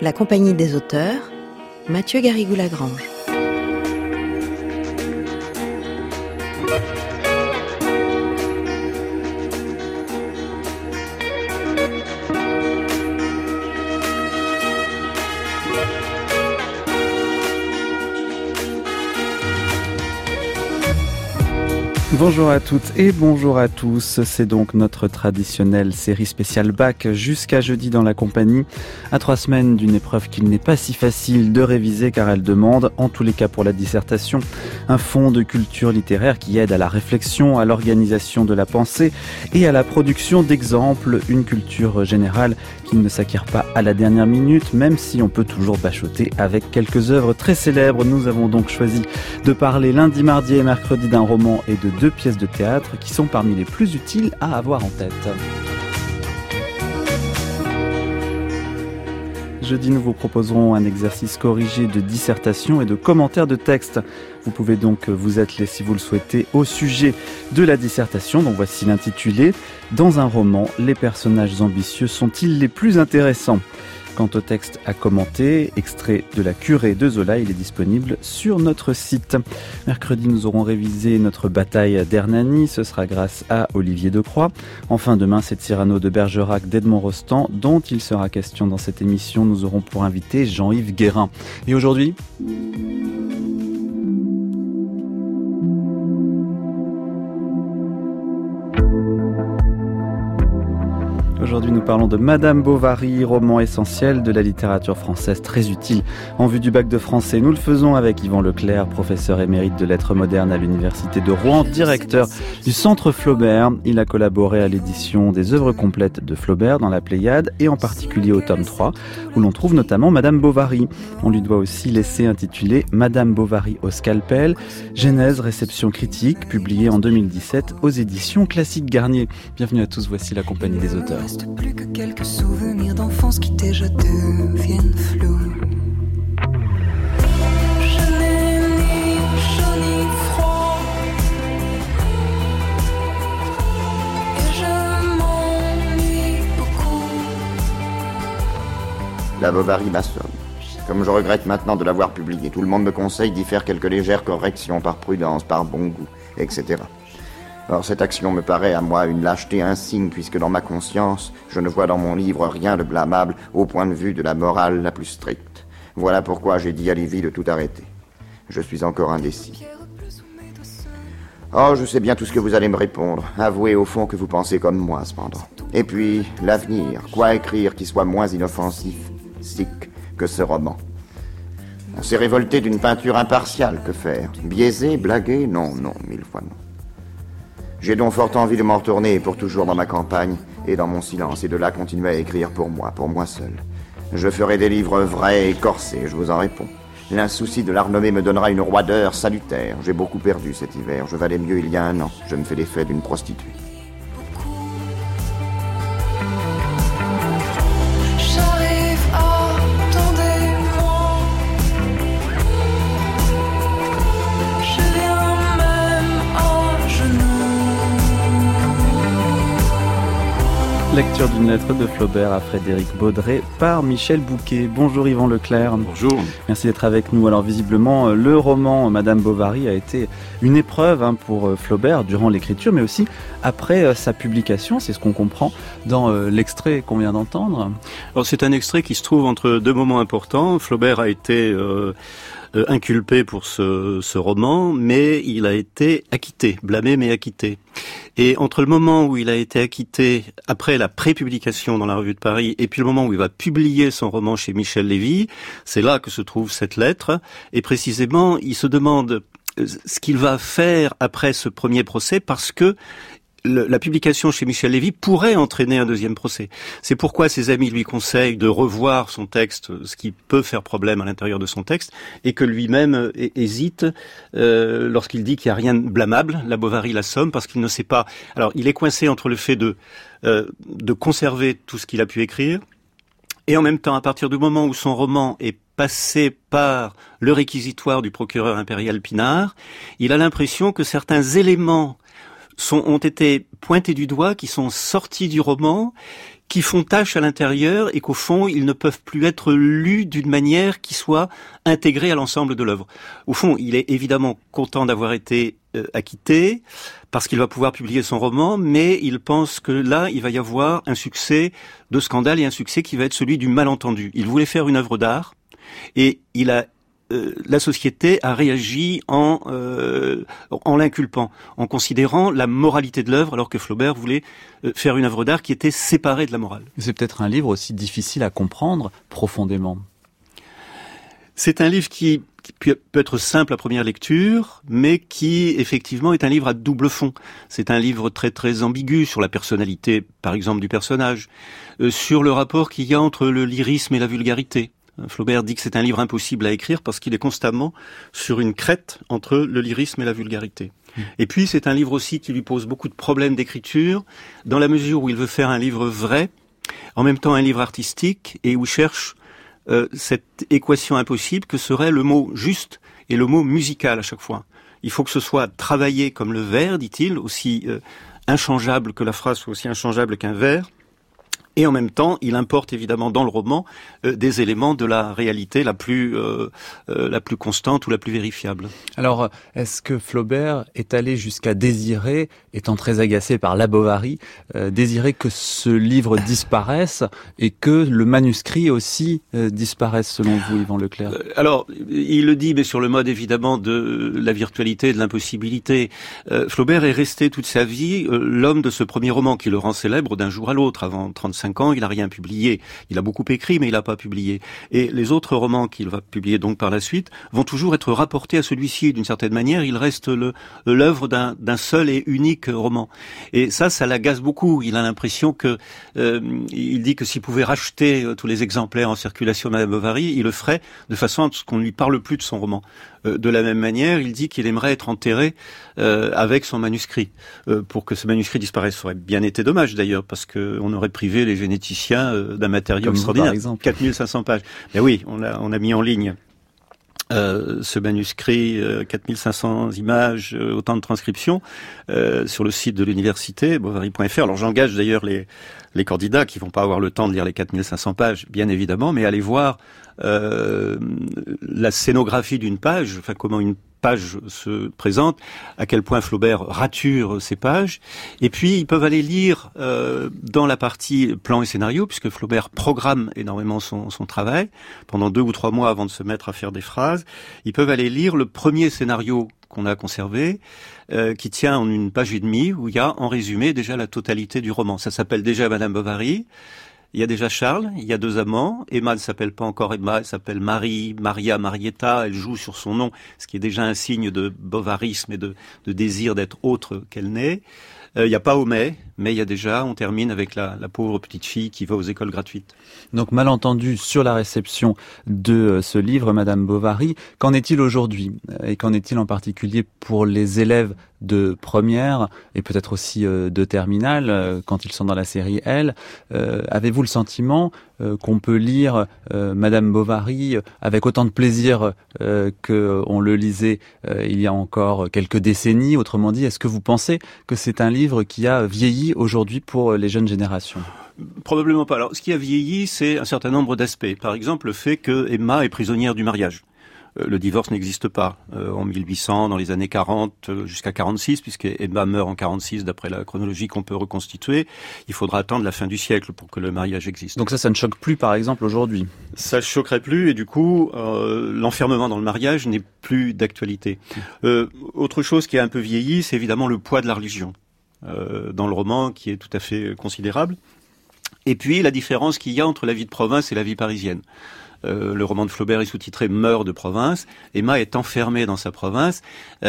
La Compagnie des auteurs, Mathieu Garrigou-Lagrange. Bonjour à toutes et bonjour à tous, c'est donc notre traditionnelle série spéciale bac jusqu'à jeudi dans la compagnie, à 3 semaines d'une épreuve qu'il n'est pas si facile de réviser car elle demande, en tous les cas pour la dissertation, un fond de culture littéraire qui aide à la réflexion, à l'organisation de la pensée et à la production d'exemples, une culture générale qui ne s'acquiert pas à la dernière minute, même si on peut toujours bachoter avec quelques œuvres très célèbres. Nous avons donc choisi de parler lundi, mardi et mercredi d'un roman et de 2 pièces de théâtre qui sont parmi les plus utiles à avoir en tête. Jeudi, nous vous proposerons un exercice corrigé de dissertation et de commentaire de texte. Vous pouvez donc vous atteler, si vous le souhaitez, au sujet de la dissertation. Donc voici l'intitulé. Dans un roman, les personnages ambitieux sont-ils les plus intéressants ? Quant au texte à commenter, extrait de La Curée de Zola, il est disponible sur notre site. Mercredi, nous aurons révisé notre bataille d'Hernani, ce sera grâce à Olivier Decroix. Enfin, demain, c'est Cyrano de Bergerac d'Edmond Rostand, dont il sera question dans cette émission. Nous aurons pour invité Jean-Yves Guérin. Et aujourd'hui ? Aujourd'hui, nous parlons de Madame Bovary, roman essentiel de la littérature française, très utile en vue du bac de français. Nous le faisons avec Yvan Leclerc, professeur émérite de lettres modernes à l'université de Rouen, directeur du Centre Flaubert. Il a collaboré à l'édition des œuvres complètes de Flaubert dans la Pléiade et en particulier au tome 3, où l'on trouve notamment Madame Bovary. On lui doit aussi l'essai intitulé Madame Bovary au scalpel, genèse, réception critique, publié en 2017 aux éditions Classique Garnier. Bienvenue à tous, voici la compagnie des auteurs. Plus que quelques souvenirs d'enfance qui déjà deviennent flous. Je n'ai ni chaud ni froid et je m'ennuie beaucoup. La Bovary m'assomme. Comme je regrette maintenant de l'avoir publié, tout le monde me conseille d'y faire quelques légères corrections par prudence, par bon goût, etc. Or, cette action me paraît à moi une lâcheté insigne, puisque dans ma conscience, je ne vois dans mon livre rien de blâmable au point de vue de la morale la plus stricte. Voilà pourquoi j'ai dit à Livy de tout arrêter. Je suis encore indécis. Oh, je sais bien tout ce que vous allez me répondre. Avouez au fond que vous pensez comme moi, cependant. Et puis, l'avenir. Quoi écrire qui soit moins inoffensif, sick, que ce roman ? On s'est révolté d'une peinture impartiale, que faire ? Biaiser, blaguer ? Non, non, 1000 fois non. J'ai donc fort envie de m'en retourner pour toujours dans ma campagne et dans mon silence, et de là continuer à écrire pour moi seul. Je ferai des livres vrais et corsés, je vous en réponds. L'insouci de la renommée me donnera une roideur salutaire. J'ai beaucoup perdu cet hiver, je valais mieux il y a 1 an. Je me fais l'effet d'une prostituée. Lecture d'une lettre de Flaubert à Frédéric Baudret par Michel Bouquet. Bonjour Yvan Leclerc. Bonjour. Merci d'être avec nous. Alors visiblement, le roman Madame Bovary a été une épreuve pour Flaubert durant l'écriture, mais aussi après sa publication. C'est ce qu'on comprend dans l'extrait qu'on vient d'entendre. Alors c'est un extrait qui se trouve entre 2 moments importants. Flaubert a été inculpé pour ce roman, mais il a été acquitté, blâmé mais acquitté. Et entre le moment où il a été acquitté, après la prépublication dans la Revue de Paris, et puis le moment où il va publier son roman chez Michel Lévy, c'est là que se trouve cette lettre. Et précisément, il se demande ce qu'il va faire après ce premier procès, parce que la publication chez Michel Lévy pourrait entraîner un 2e procès. C'est pourquoi ses amis lui conseillent de revoir son texte, ce qui peut faire problème à l'intérieur de son texte, et que lui-même hésite lorsqu'il dit qu'il n'y a rien de blâmable. La Bovary l'assomme parce qu'il ne sait pas. Alors, il est coincé entre le fait de conserver tout ce qu'il a pu écrire, et en même temps, à partir du moment où son roman est passé par le réquisitoire du procureur impérial Pinard, il a l'impression que certains éléments ont été pointés du doigt, qui sont sortis du roman, qui font tâche à l'intérieur et qu'au fond, ils ne peuvent plus être lus d'une manière qui soit intégrée à l'ensemble de l'œuvre. Au fond, il est évidemment content d'avoir été acquitté parce qu'il va pouvoir publier son roman, mais il pense que là, il va y avoir un succès de scandale et un succès qui va être celui du malentendu. Il voulait faire une œuvre d'art et la société a réagi en l'inculpant, en considérant la moralité de l'œuvre, alors que Flaubert voulait faire une œuvre d'art qui était séparée de la morale. C'est peut-être un livre aussi difficile à comprendre profondément. C'est un livre qui peut être simple à première lecture, mais qui, effectivement, est un livre à double fond. C'est un livre très, très ambigu sur la personnalité, par exemple, du personnage, sur le rapport qu'il y a entre le lyrisme et la vulgarité. Flaubert dit que c'est un livre impossible à écrire parce qu'il est constamment sur une crête entre le lyrisme et la vulgarité. Et puis c'est un livre aussi qui lui pose beaucoup de problèmes d'écriture, dans la mesure où il veut faire un livre vrai, en même temps un livre artistique, et où il cherche cette équation impossible que serait le mot juste et le mot musical à chaque fois. Il faut que ce soit travaillé comme le vers, dit-il, aussi inchangeable que la phrase soit aussi inchangeable qu'un vers. Et en même temps, il importe évidemment dans le roman des éléments de la réalité la plus constante ou la plus vérifiable. Alors, est-ce que Flaubert est allé jusqu'à désirer, étant très agacé par La Bovary, désirer que ce livre disparaisse et que le manuscrit aussi disparaisse selon vous, Yvan Leclerc? Alors, il le dit, mais sur le mode évidemment de la virtualité, de l'impossibilité. Flaubert est resté toute sa vie l'homme de ce premier roman qui le rend célèbre d'un jour à l'autre. Avant 35 ans, il n'a rien publié. Il a beaucoup écrit, mais il n'a pas publié. Et les autres romans qu'il va publier donc par la suite vont toujours être rapportés à celui-ci. D'une certaine manière, il reste l'œuvre d'un seul et unique roman. Et ça l'agace beaucoup. Il a l'impression que, il dit que s'il pouvait racheter tous les exemplaires en circulation de Madame Bovary, il le ferait de façon à ce qu'on ne lui parle plus de son roman. De la même manière, il dit qu'il aimerait être enterré avec son manuscrit. Pour que ce manuscrit disparaisse, ça aurait bien été dommage d'ailleurs, parce qu'on aurait privé les généticiens d'un matériau comme extraordinaire. Vous, 4500 pages. Mais oui, on a mis en ligne ce manuscrit, 4500 images, autant de transcriptions, sur le site de l'université, bovary.fr. Alors j'engage d'ailleurs les candidats qui vont pas avoir le temps de lire les 4500 pages, bien évidemment, mais allez voir la scénographie d'une page, enfin comment une page se présente, à quel point Flaubert rature ces pages, et puis ils peuvent aller lire dans la partie plan et scénario, puisque Flaubert programme énormément son travail, pendant 2 ou 3 mois avant de se mettre à faire des phrases, ils peuvent aller lire le premier scénario qu'on a conservé, qui tient en 1 page et demie, où il y a en résumé déjà la totalité du roman. Ça s'appelle déjà Madame Bovary. Il y a déjà Charles, il y a 2 amants. Emma ne s'appelle pas encore Emma, elle s'appelle Marie, Maria, Marietta. Elle joue sur son nom, ce qui est déjà un signe de bovarisme et de désir d'être autre qu'elle n'est. Il n'y a pas Homais, mais il y a déjà, on termine avec la pauvre petite fille qui va aux écoles gratuites. Donc malentendu sur la réception de ce livre, Madame Bovary. Qu'en est-il aujourd'hui? Et qu'en est-il en particulier pour les élèves de première et peut-être aussi de terminale, quand ils sont dans la série L? Avez-vous le sentiment qu'on peut lire Madame Bovary avec autant de plaisir qu'on le lisait il y a encore quelques décennies? Autrement dit, est-ce que vous pensez que c'est un livre qui a vieilli aujourd'hui pour les jeunes générations? Probablement pas. Alors, ce qui a vieilli, c'est un certain nombre d'aspects. Par exemple, le fait que Emma est prisonnière du mariage. Le divorce n'existe pas en 1800, dans les années 40 jusqu'à 46, puisque Emma meurt en 46 d'après la chronologie qu'on peut reconstituer. Il faudra attendre la fin du siècle pour que le mariage existe. Donc ça ne choque plus par exemple aujourd'hui? Ça ne choquerait plus et du coup l'enfermement dans le mariage n'est plus d'actualité. Autre chose qui a un peu vieilli, c'est évidemment le poids de la religion dans le roman, qui est tout à fait considérable. Et puis la différence qu'il y a entre la vie de province et la vie parisienne. Le roman de Flaubert est sous-titré « Meurt de province ». Emma est enfermée dans sa province.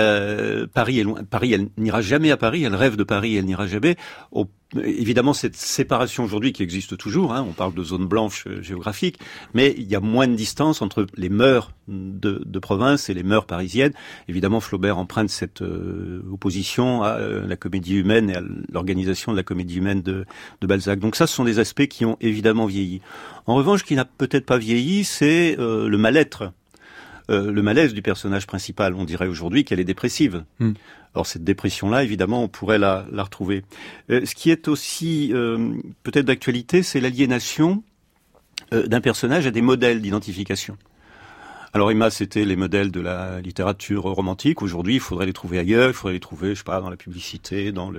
Paris est loin. Paris, elle n'ira jamais à Paris. Elle rêve de Paris, elle n'ira jamais. Évidemment, cette séparation aujourd'hui qui existe toujours, on parle de zone blanche géographique, mais il y a moins de distance entre les mœurs de province et les mœurs parisiennes. Évidemment, Flaubert emprunte cette opposition à la comédie humaine et à l'organisation de la comédie humaine de Balzac. Donc ça, ce sont des aspects qui ont évidemment vieilli. En revanche, ce qui n'a peut-être pas vieilli, c'est le mal-être. le malaise du personnage principal. On dirait aujourd'hui qu'elle est dépressive. Alors cette dépression-là, évidemment, on pourrait la retrouver. Ce qui est aussi peut-être d'actualité, c'est l'aliénation d'un personnage à des modèles d'identification. Alors Emma, c'était les modèles de la littérature romantique. Aujourd'hui, il faudrait les trouver ailleurs. Il faudrait les trouver, je sais pas, dans la publicité, dans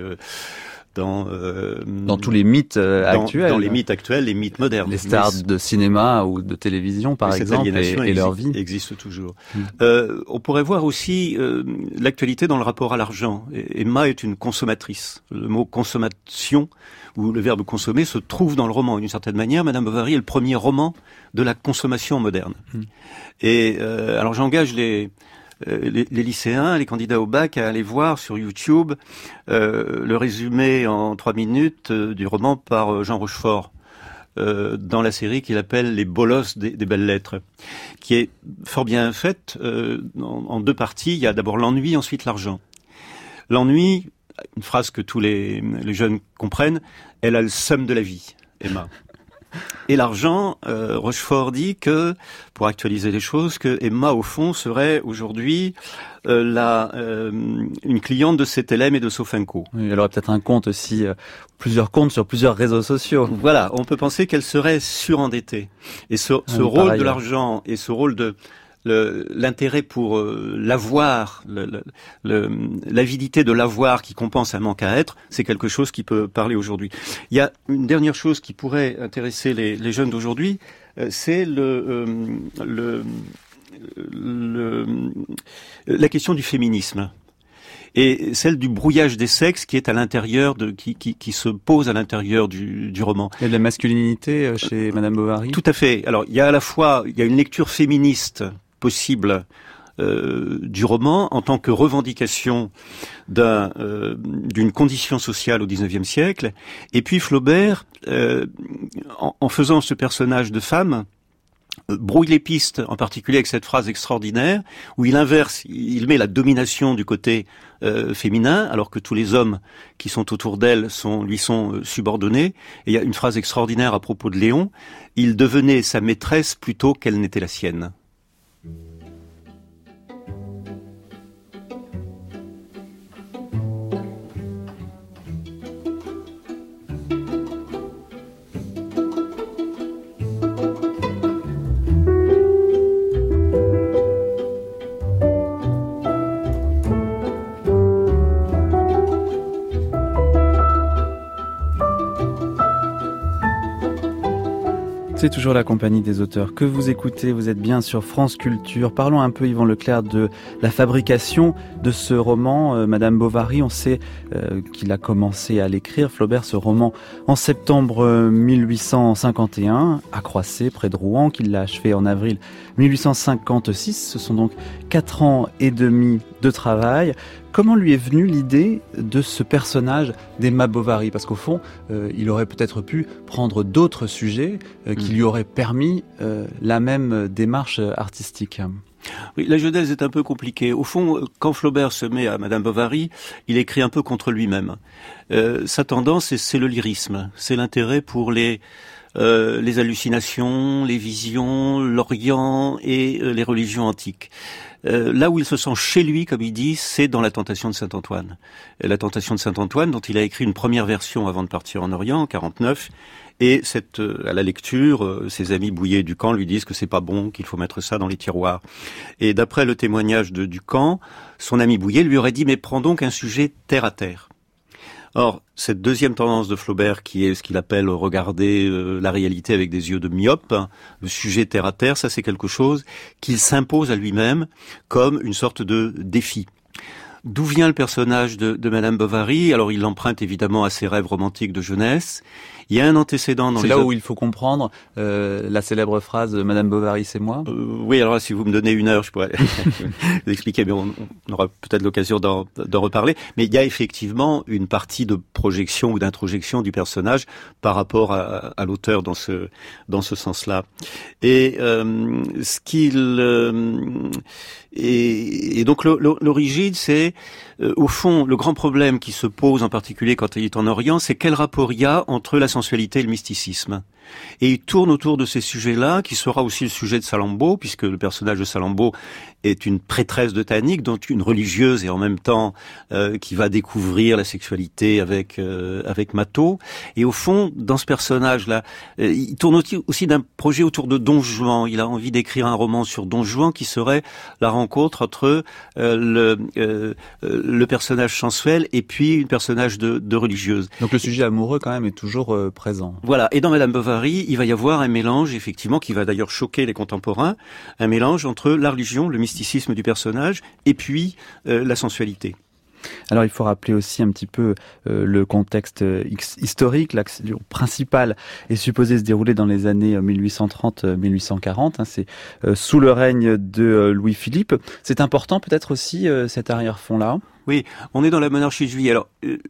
tous les mythes actuels. Dans les mythes actuels, les mythes modernes. Les stars de cinéma ou de télévision, par exemple, et leur vie. Existe toujours. On pourrait voir aussi l'actualité dans le rapport à l'argent. Emma est une consommatrice. Le mot consommation, ou le verbe consommer, se trouve dans le roman. D'une certaine manière, Madame Bovary est le premier roman de la consommation moderne. Et alors j'engage les lycéens, les candidats au bac à aller voir sur YouTube le résumé en 3 minutes du roman par Jean Rochefort dans la série qu'il appelle Les Bolosses des belles lettres, qui est fort bien faite en 2 parties. Il y a d'abord l'ennui, ensuite l'argent. L'ennui, une phrase que tous les jeunes comprennent, elle a le seum de la vie, Emma. Et l'argent, Rochefort dit que, pour actualiser les choses, que Emma, au fond, serait aujourd'hui une cliente de CTLM et de Sofinco. Oui, elle aurait peut-être un compte aussi, plusieurs comptes sur plusieurs réseaux sociaux. Voilà, on peut penser qu'elle serait surendettée. Et ce rôle de l'argent et ce rôle de l'intérêt pour l'avoir, l'avidité de l'avoir qui compense un manque à être, c'est quelque chose qui peut parler aujourd'hui. Il y a une dernière chose qui pourrait intéresser les jeunes d'aujourd'hui, c'est la question du féminisme et celle du brouillage des sexes qui est à l'intérieur qui se pose à l'intérieur du roman. Il y a de la masculinité chez Madame Bovary. Tout à fait. Alors il y a à la fois une lecture féministe possible du roman en tant que revendication d'une condition sociale au XIXe siècle, et puis Flaubert, en faisant ce personnage de femme, brouille les pistes, en particulier avec cette phrase extraordinaire où il inverse, il met la domination du côté féminin, alors que tous les hommes qui sont autour d'elle lui sont subordonnés. Et il y a une phrase extraordinaire à propos de Léon: il devenait sa maîtresse plutôt qu'elle n'était la sienne. C'est toujours la compagnie des auteurs que vous écoutez, vous êtes bien sur France Culture. Parlons un peu, Yvan Leclerc, de la fabrication de ce roman, Madame Bovary. On sait qu'il a commencé à l'écrire, Flaubert, ce roman en septembre 1851, à Croissé, près de Rouen, qu'il l'a achevé en avril 1856. Ce sont donc 4 ans et demi de travail. Comment lui est venue l'idée de ce personnage d'Emma Bovary ? Parce qu'au fond, il aurait peut-être pu prendre d'autres sujets qui lui auraient permis la même démarche artistique. Oui, la genèse est un peu compliquée. Au fond, quand Flaubert se met à Madame Bovary, il écrit un peu contre lui-même. Sa tendance, c'est le lyrisme, c'est l'intérêt pour les hallucinations, les visions, l'Orient et les religions antiques. Là où il se sent chez lui, comme il dit, c'est dans la Tentation de Saint-Antoine. La Tentation de Saint-Antoine, dont il a écrit une première version avant de partir en Orient, en 49, et à la lecture, ses amis Bouillet et Ducamp lui disent que c'est pas bon, qu'il faut mettre ça dans les tiroirs. Et d'après le témoignage de Ducamp, son ami Bouillet lui aurait dit « mais prends donc un sujet terre à terre ». Or, cette deuxième tendance de Flaubert, qui est ce qu'il appelle regarder la réalité avec des yeux de myope, le sujet terre à terre, ça c'est quelque chose qu'il s'impose à lui-même comme une sorte de défi. D'où vient le personnage de Madame Bovary ? Alors il l'emprunte évidemment à ses rêves romantiques de jeunesse. Il y a un antécédent dans C'est là où il faut comprendre la célèbre phrase « Madame Bovary, c'est moi ». Oui, alors là, si vous me donnez 1 heure, je pourrais vous expliquer, mais on aura peut-être l'occasion d'en reparler. Mais il y a effectivement une partie de projection ou d'introjection du personnage par rapport à l'auteur dans ce sens-là. Et et donc l'origine, c'est au fond, le grand problème qui se pose en particulier quand il est en Orient, c'est quel rapport il y a entre la sensualité et le mysticisme. Et il tourne autour de ces sujets-là, qui sera aussi le sujet de Salammbô, puisque le personnage de Salammbô est une prêtresse de Tanit, donc une religieuse et en même temps qui va découvrir la sexualité avec Mato. Et au fond, dans ce personnage-là, il tourne aussi d'un projet autour de Don Juan. Il a envie d'écrire un roman sur Don Juan qui serait la rencontre entre le personnage sensuel et puis un personnage de religieuse. Donc le sujet amoureux quand même est toujours présent. Voilà. Et dans Madame Bovary, il va y avoir un mélange, effectivement, qui va d'ailleurs choquer les contemporains, un mélange entre la religion, le mysticisme du personnage, et puis la sensualité. Alors il faut rappeler aussi un petit peu le contexte historique. L'action principale est supposée se dérouler dans les années 1830-1840. C'est sous le règne de Louis-Philippe. C'est important peut-être aussi cet arrière-fond-là. Oui, on est dans la monarchie de Juillet. Alors,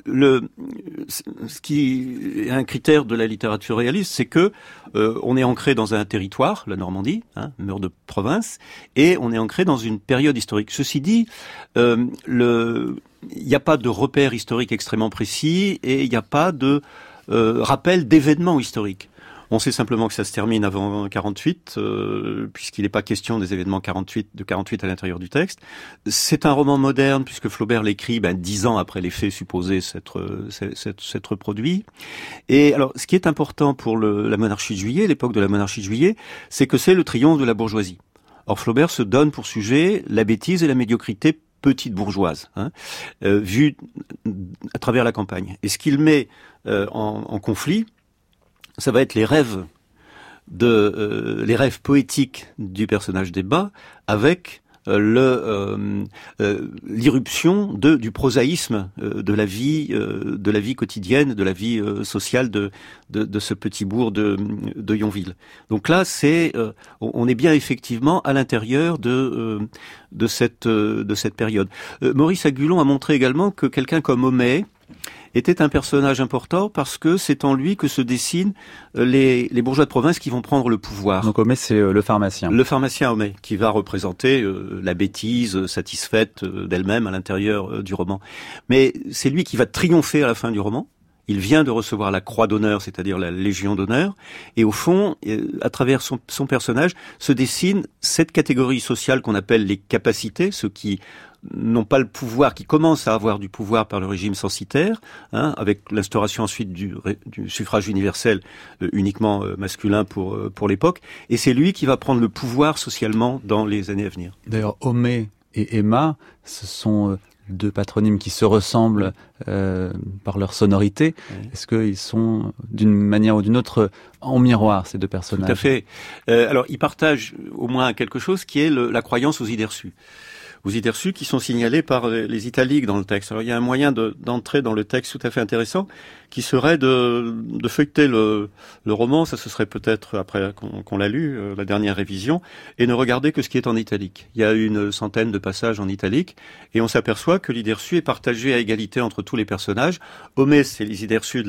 ce qui est un critère de la littérature réaliste, c'est que on est ancré dans un territoire, la Normandie, mur de province, et on est ancré dans une période historique. Ceci dit, il n'y a pas de repère historique extrêmement précis et il n'y a pas de rappel d'événements historiques. On sait simplement que ça se termine avant 48, puisqu'il n'est pas question des événements de 48 à l'intérieur du texte. C'est un roman moderne, puisque Flaubert l'écrit 10 ans après les faits supposés s'être reproduits. Et alors, ce qui est important pour la monarchie de Juillet, l'époque de la monarchie de Juillet, c'est que c'est le triomphe de la bourgeoisie. Or, Flaubert se donne pour sujet la bêtise et la médiocrité petite bourgeoise, vue à travers la campagne. Et ce qu'il met en conflit, ça va être les rêves poétiques du personnage des bas avec l'irruption du prosaïsme de la vie quotidienne, de la vie sociale de ce petit bourg de Yonville. Donc là, on est bien effectivement à l'intérieur de cette période. Maurice Agulon a montré également que quelqu'un comme Homais était un personnage important parce que c'est en lui que se dessinent les bourgeois de province qui vont prendre le pouvoir. Donc Homais, c'est le pharmacien. Le pharmacien Homais, qui va représenter la bêtise satisfaite d'elle-même à l'intérieur du roman. Mais c'est lui qui va triompher à la fin du roman. Il vient de recevoir la Croix d'honneur, c'est-à-dire la Légion d'honneur. Et au fond, à travers son personnage, se dessine cette catégorie sociale qu'on appelle les capacités, ceux qui n'ont pas le pouvoir, qui commencent à avoir du pouvoir par le régime censitaire, avec l'instauration ensuite du suffrage universel uniquement masculin pour l'époque. Et c'est lui qui va prendre le pouvoir socialement dans les années à venir. D'ailleurs, Homais et Emma, ce sont deux patronymes qui se ressemblent par leur sonorité. Oui. Est-ce qu'ils sont, d'une manière ou d'une autre, en miroir, ces deux personnages ? Tout à fait. Alors, ils partagent au moins quelque chose qui est la croyance aux idées reçues. Aux idées reçues qui sont signalées par les italiques dans le texte. Alors, il y a un moyen d'entrer dans le texte tout à fait intéressant, qui serait de feuilleter le roman, ça ce serait peut-être après qu'on l'a lu, la dernière révision, et ne regarder que ce qui est en italique. Il y a une centaine de passages en italique, et on s'aperçoit que l'idée reçue est partagée à égalité entre tous les personnages. Homais, c'est les idées reçues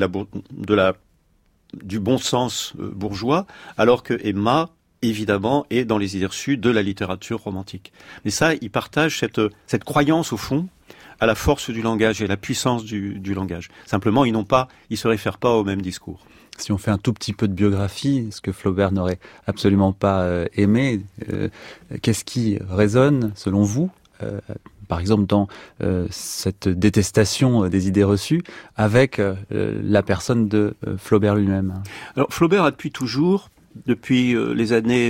du bon sens bourgeois, alors que Emma, évidemment, est dans les idées reçues de la littérature romantique. Mais ça, ils partagent cette croyance, au fond, à la force du langage et la puissance du langage. Simplement, ils se réfèrent pas au même discours. Si on fait un tout petit peu de biographie, ce que Flaubert n'aurait absolument pas aimé, qu'est-ce qui résonne, selon vous, par exemple dans cette détestation des idées reçues, avec la personne de Flaubert lui-même ? Alors, Flaubert a depuis les années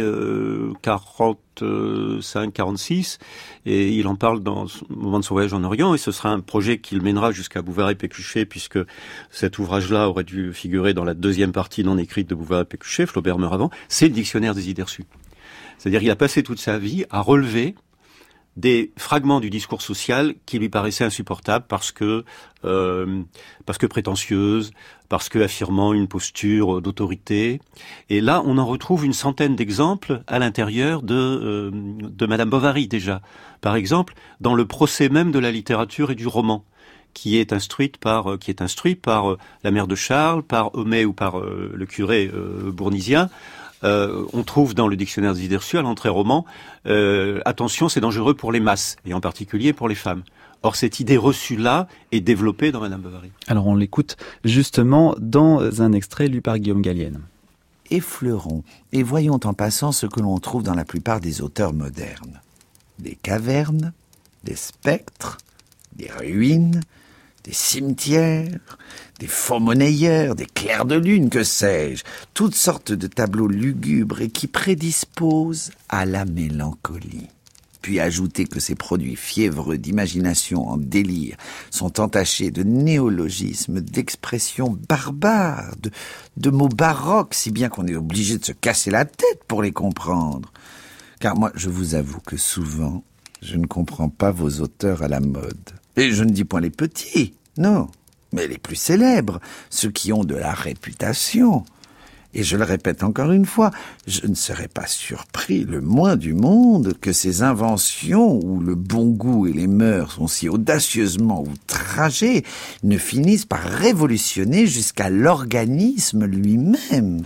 45-46, et il en parle au moment de son voyage en Orient, et ce sera un projet qu'il mènera jusqu'à Bouvard et Pécuchet, puisque cet ouvrage-là aurait dû figurer dans la deuxième partie non écrite de Bouvard et Pécuchet, Flaubert meurt avant, c'est le dictionnaire des idées reçues. C'est-à-dire qu'il a passé toute sa vie à relever des fragments du discours social qui lui paraissaient insupportables parce que prétentieuse, parce que affirmant une posture d'autorité. Et là, on en retrouve une centaine d'exemples à l'intérieur de Madame Bovary déjà. Par exemple, dans le procès même de la littérature et du roman, qui est instruit par la mère de Charles, par Homais ou par le curé bournisien. On trouve dans le dictionnaire des idées reçues, à l'entrée roman, attention, c'est dangereux pour les masses, et en particulier pour les femmes. Or, cette idée reçue-là est développée dans Madame Bovary. Alors on l'écoute justement dans un extrait lu par Guillaume Gallienne. Effleurons et voyons en passant ce que l'on trouve dans la plupart des auteurs modernes. Des cavernes, des spectres, des ruines, des cimetières, des faux monnayeurs, des clairs de lune, que sais-je, toutes sortes de tableaux lugubres et qui prédisposent à la mélancolie. Puis ajouter que ces produits fiévreux d'imagination en délire sont entachés de néologismes, d'expressions barbares, de mots baroques, si bien qu'on est obligé de se casser la tête pour les comprendre. Car moi, je vous avoue que souvent, je ne comprends pas vos auteurs à la mode. Et je ne dis point les petits, non, mais les plus célèbres, ceux qui ont de la réputation. Et je le répète encore une fois, je ne serais pas surpris le moins du monde que ces inventions où le bon goût et les mœurs sont si audacieusement outragés ne finissent par révolutionner jusqu'à l'organisme lui-même.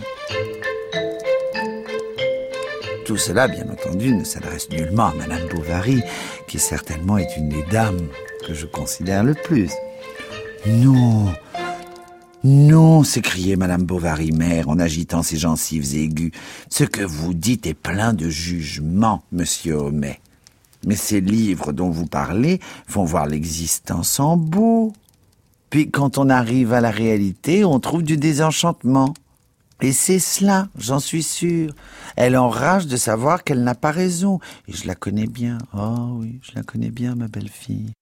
Tout cela, bien entendu, ne s'adresse nullement à Madame Bovary, qui certainement est une des dames que je considère le plus. Non, non, s'écriait Madame Bovary mère en agitant ses gencives aiguës. Ce que vous dites est plein de jugement, monsieur Homais. Mais ces livres dont vous parlez font voir l'existence en beau. Puis quand on arrive à la réalité, on trouve du désenchantement. Et c'est cela, j'en suis sûr. Elle enrage de savoir qu'elle n'a pas raison. Et je la connais bien. Oh oui, je la connais bien, ma belle-fille.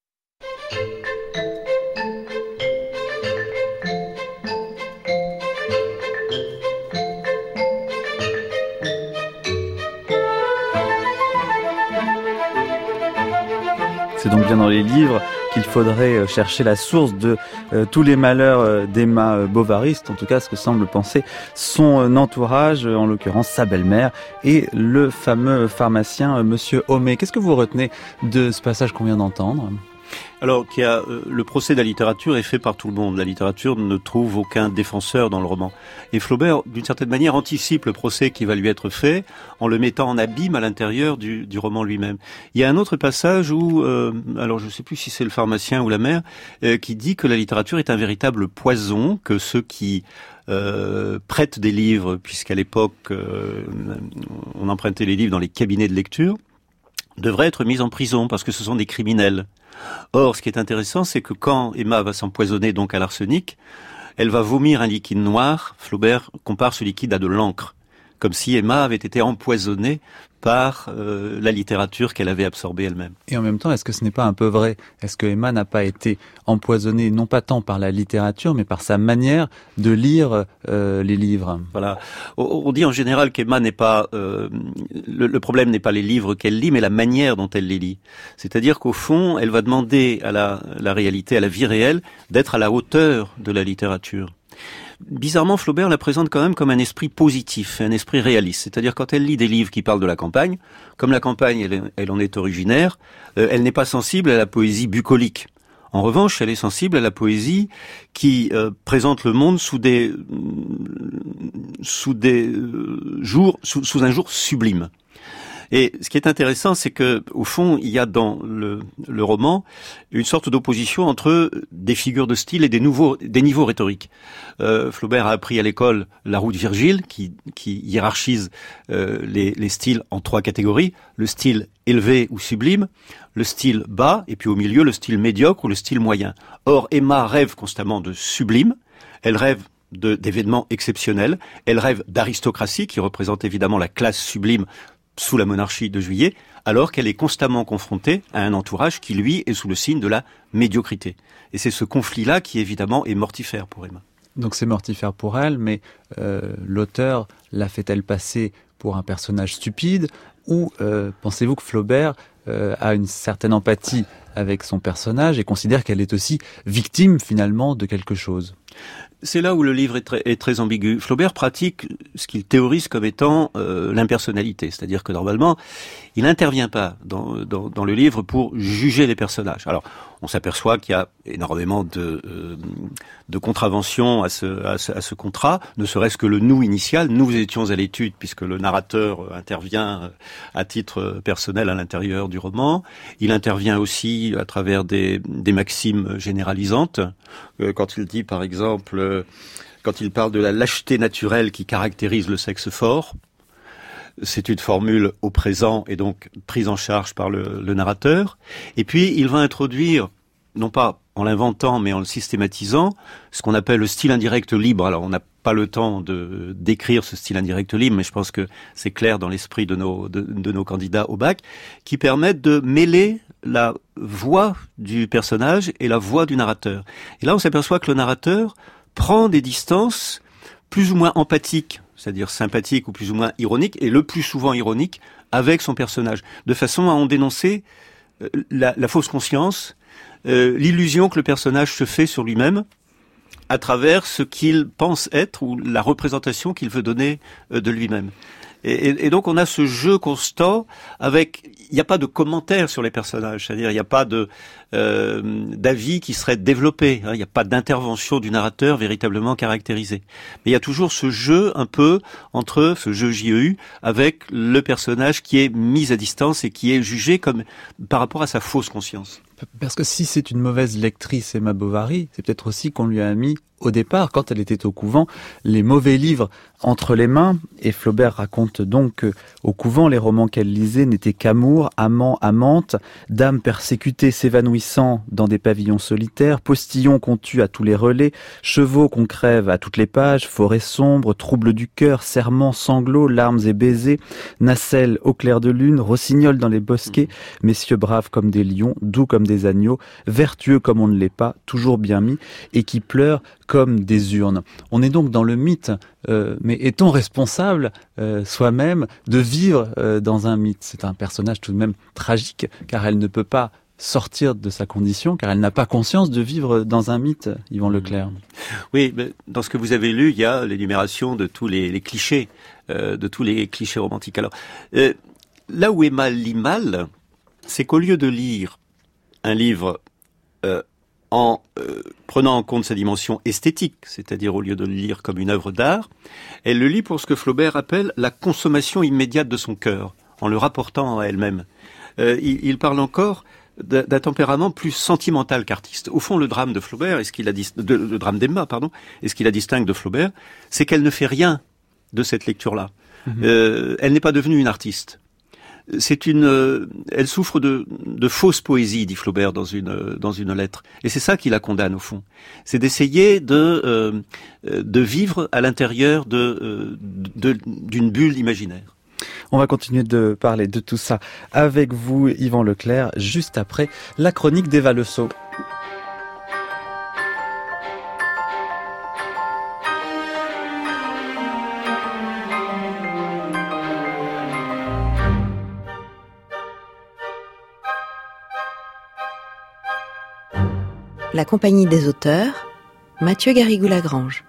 C'est donc bien dans les livres qu'il faudrait chercher la source de tous les malheurs d'Emma Bovary, c'est en tout cas ce que semble penser son entourage, en l'occurrence sa belle-mère et le fameux pharmacien Monsieur Homais. Qu'est-ce que vous retenez de ce passage qu'on vient d'entendre ? Alors, le procès de la littérature est fait par tout le monde. La littérature ne trouve aucun défenseur dans le roman. Et Flaubert, d'une certaine manière, anticipe le procès qui va lui être fait en le mettant en abîme à l'intérieur du roman lui-même. Il y a un autre passage où, alors je ne sais plus si c'est le pharmacien ou la mère, qui dit que la littérature est un véritable poison, que ceux qui prêtent des livres, puisqu'à l'époque, on empruntait les livres dans les cabinets de lecture, devraient être mis en prison parce que ce sont des criminels. Or, ce qui est intéressant, c'est que quand Emma va s'empoisonner donc à l'arsenic, elle va vomir un liquide noir. Flaubert compare ce liquide à de l'encre, comme si Emma avait été empoisonnée par la littérature qu'elle avait absorbée elle-même. Et en même temps, est-ce que ce n'est pas un peu vrai ? Est-ce que Emma n'a pas été empoisonnée, non pas tant par la littérature, mais par sa manière de lire les livres ? Voilà. On dit en général qu'Emma n'est pas... le problème n'est pas les livres qu'elle lit, mais la manière dont elle les lit. C'est-à-dire qu'au fond, elle va demander à la réalité, à la vie réelle, d'être à la hauteur de la littérature. Bizarrement, Flaubert la présente quand même comme un esprit positif, un esprit réaliste. C'est-à-dire quand elle lit des livres qui parlent de la campagne, comme la campagne, elle en est originaire, elle n'est pas sensible à la poésie bucolique. En revanche, elle est sensible à la poésie qui présente le monde sous un jour sublime. Et ce qui est intéressant, c'est que, au fond, il y a dans le roman une sorte d'opposition entre des figures de style et des niveaux rhétoriques. Flaubert a appris à l'école la roue de Virgile, qui hiérarchise les styles en 3 catégories: le style élevé ou sublime, le style bas, et puis au milieu le style médiocre ou le style moyen. Or, Emma rêve constamment de sublime. Elle rêve d'événements exceptionnels. Elle rêve d'aristocratie, qui représente évidemment la classe sublime sous la monarchie de Juillet, alors qu'elle est constamment confrontée à un entourage qui, lui, est sous le signe de la médiocrité. Et c'est ce conflit-là qui, évidemment, est mortifère pour Emma. Donc c'est mortifère pour elle, mais l'auteur la fait-elle passer pour un personnage stupide, ou pensez-vous que Flaubert a une certaine empathie avec son personnage et considère qu'elle est aussi victime, finalement, de quelque chose ? C'est là où le livre est très ambigu. Flaubert pratique ce qu'il théorise comme étant l'impersonnalité, c'est-à-dire que normalement, il n'intervient pas dans le livre pour juger les personnages. Alors, on s'aperçoit qu'il y a énormément de contraventions à ce contrat, ne serait-ce que le nous initial. Nous étions à l'étude, puisque le narrateur intervient à titre personnel à l'intérieur du roman. Il intervient aussi à travers des maximes généralisantes. Quand il dit, par exemple, quand il parle de la lâcheté naturelle qui caractérise le sexe fort, c'est une formule au présent et donc prise en charge par le narrateur. Et puis, il va introduire, non pas en l'inventant, mais en le systématisant, ce qu'on appelle le style indirect libre. Alors, on n'a pas le temps de décrire ce style indirect libre, mais je pense que c'est clair dans l'esprit de nos candidats au bac, qui permettent de mêler la voix du personnage et la voix du narrateur. Et là, on s'aperçoit que le narrateur prend des distances plus ou moins empathiques, c'est-à-dire sympathiques ou plus ou moins ironiques, et le plus souvent ironiques, avec son personnage, de façon à en dénoncer la fausse conscience, l'illusion que le personnage se fait sur lui-même, à travers ce qu'il pense être ou la représentation qu'il veut donner de lui-même. Et donc on a ce jeu constant avec, il n'y a pas de commentaires sur les personnages, c'est-à-dire il n'y a pas d'avis qui serait développé, il n'y a pas d'intervention du narrateur véritablement caractérisée. Mais il y a toujours ce jeu un peu entre ce jeu JEU avec le personnage qui est mis à distance et qui est jugé comme par rapport à sa fausse conscience. Parce que si c'est une mauvaise lectrice, Emma Bovary, c'est peut-être aussi qu'on lui a mis, au départ, quand elle était au couvent, les mauvais livres entre les mains. Et Flaubert raconte donc qu'au couvent, les romans qu'elle lisait n'étaient qu'amour, amant, amante, dames persécutées s'évanouissant dans des pavillons solitaires, postillons qu'on tue à tous les relais, chevaux qu'on crève à toutes les pages, forêts sombres, troubles du cœur, serments, sanglots, larmes et baisers, nacelles au clair de lune, rossignols dans les bosquets, messieurs braves comme des lions, doux comme des agneaux, vertueux comme on ne l'est pas, toujours bien mis, et qui pleurent comme des urnes. On est donc dans le mythe, mais est-on responsable soi-même de vivre dans un mythe ? C'est un personnage tout de même tragique, car elle ne peut pas sortir de sa condition, car elle n'a pas conscience de vivre dans un mythe, Yvan Leclerc. Oui, mais dans ce que vous avez lu, il y a l'énumération de tous les clichés, de tous les clichés romantiques. Alors, là où Emma lit mal, c'est qu'au lieu de lire un livre en prenant en compte sa dimension esthétique, c'est-à-dire au lieu de le lire comme une œuvre d'art, elle le lit pour ce que Flaubert appelle la consommation immédiate de son cœur, en le rapportant à elle-même. Il parle encore d'un tempérament plus sentimental qu'artiste. Au fond, le drame de Flaubert, le drame d'Emma, pardon, et ce qui la distingue de Flaubert, c'est qu'elle ne fait rien de cette lecture-là. Elle n'est pas devenue une artiste. Elle souffre de fausse poésie, dit Flaubert dans une lettre. Et c'est ça qui la condamne au fond. C'est d'essayer de vivre à l'intérieur d'une bulle imaginaire. On va continuer de parler de tout ça avec vous, Yvan Leclerc, juste après la chronique d'Eva Le Sceau. La compagnie des auteurs, Mathieu Garrigou-Lagrange.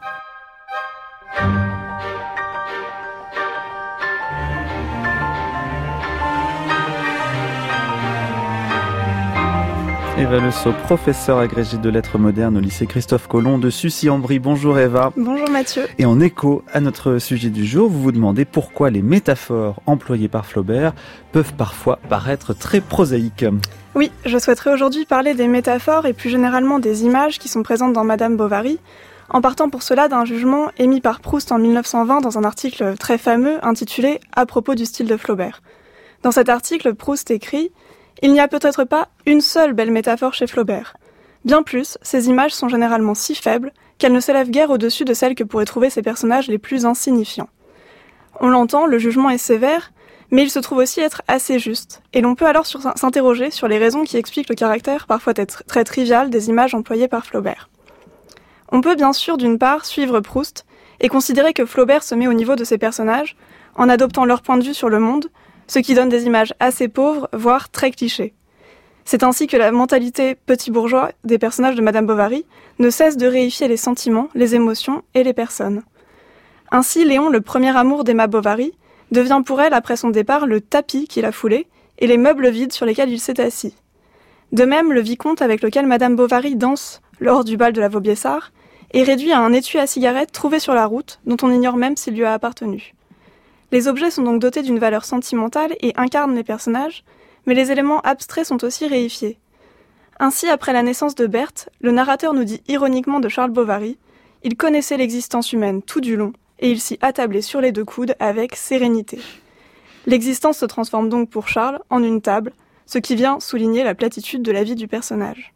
Eva Le Sceau, professeure agrégée de lettres modernes au lycée Christophe Colomb de Sucy-en-Brie. Bonjour Eva. Bonjour Mathieu. Et en écho à notre sujet du jour, vous vous demandez pourquoi les métaphores employées par Flaubert peuvent parfois paraître très prosaïques. Oui, je souhaiterais aujourd'hui parler des métaphores et plus généralement des images qui sont présentes dans Madame Bovary, en partant pour cela d'un jugement émis par Proust en 1920 dans un article très fameux intitulé « À propos du style de Flaubert ». Dans cet article, Proust écrit « Il n'y a peut-être pas une seule belle métaphore chez Flaubert. Bien plus, ces images sont généralement si faibles qu'elles ne s'élèvent guère au-dessus de celles que pourraient trouver ces personnages les plus insignifiants. » On l'entend, le jugement est sévère, mais il se trouve aussi être assez juste, et l'on peut alors s'interroger sur les raisons qui expliquent le caractère parfois très trivial des images employées par Flaubert. On peut bien sûr d'une part suivre Proust et considérer que Flaubert se met au niveau de ses personnages en adoptant leur point de vue sur le monde, ce qui donne des images assez pauvres, voire très clichés. C'est ainsi que la mentalité petit bourgeois des personnages de Madame Bovary ne cesse de réifier les sentiments, les émotions et les personnes. Ainsi, Léon, le premier amour d'Emma Bovary, devient pour elle, après son départ, le tapis qu'il a foulé et les meubles vides sur lesquels il s'est assis. De même, le vicomte avec lequel Madame Bovary danse lors du bal de la Vaubyessard est réduit à un étui à cigarette trouvé sur la route, dont on ignore même s'il lui a appartenu. Les objets sont donc dotés d'une valeur sentimentale et incarnent les personnages, mais les éléments abstraits sont aussi réifiés. Ainsi, après la naissance de Berthe, le narrateur nous dit ironiquement de Charles Bovary « Il connaissait l'existence humaine tout du long, et il s'y attablait sur les deux coudes avec sérénité. » L'existence se transforme donc pour Charles en une table, ce qui vient souligner la platitude de la vie du personnage.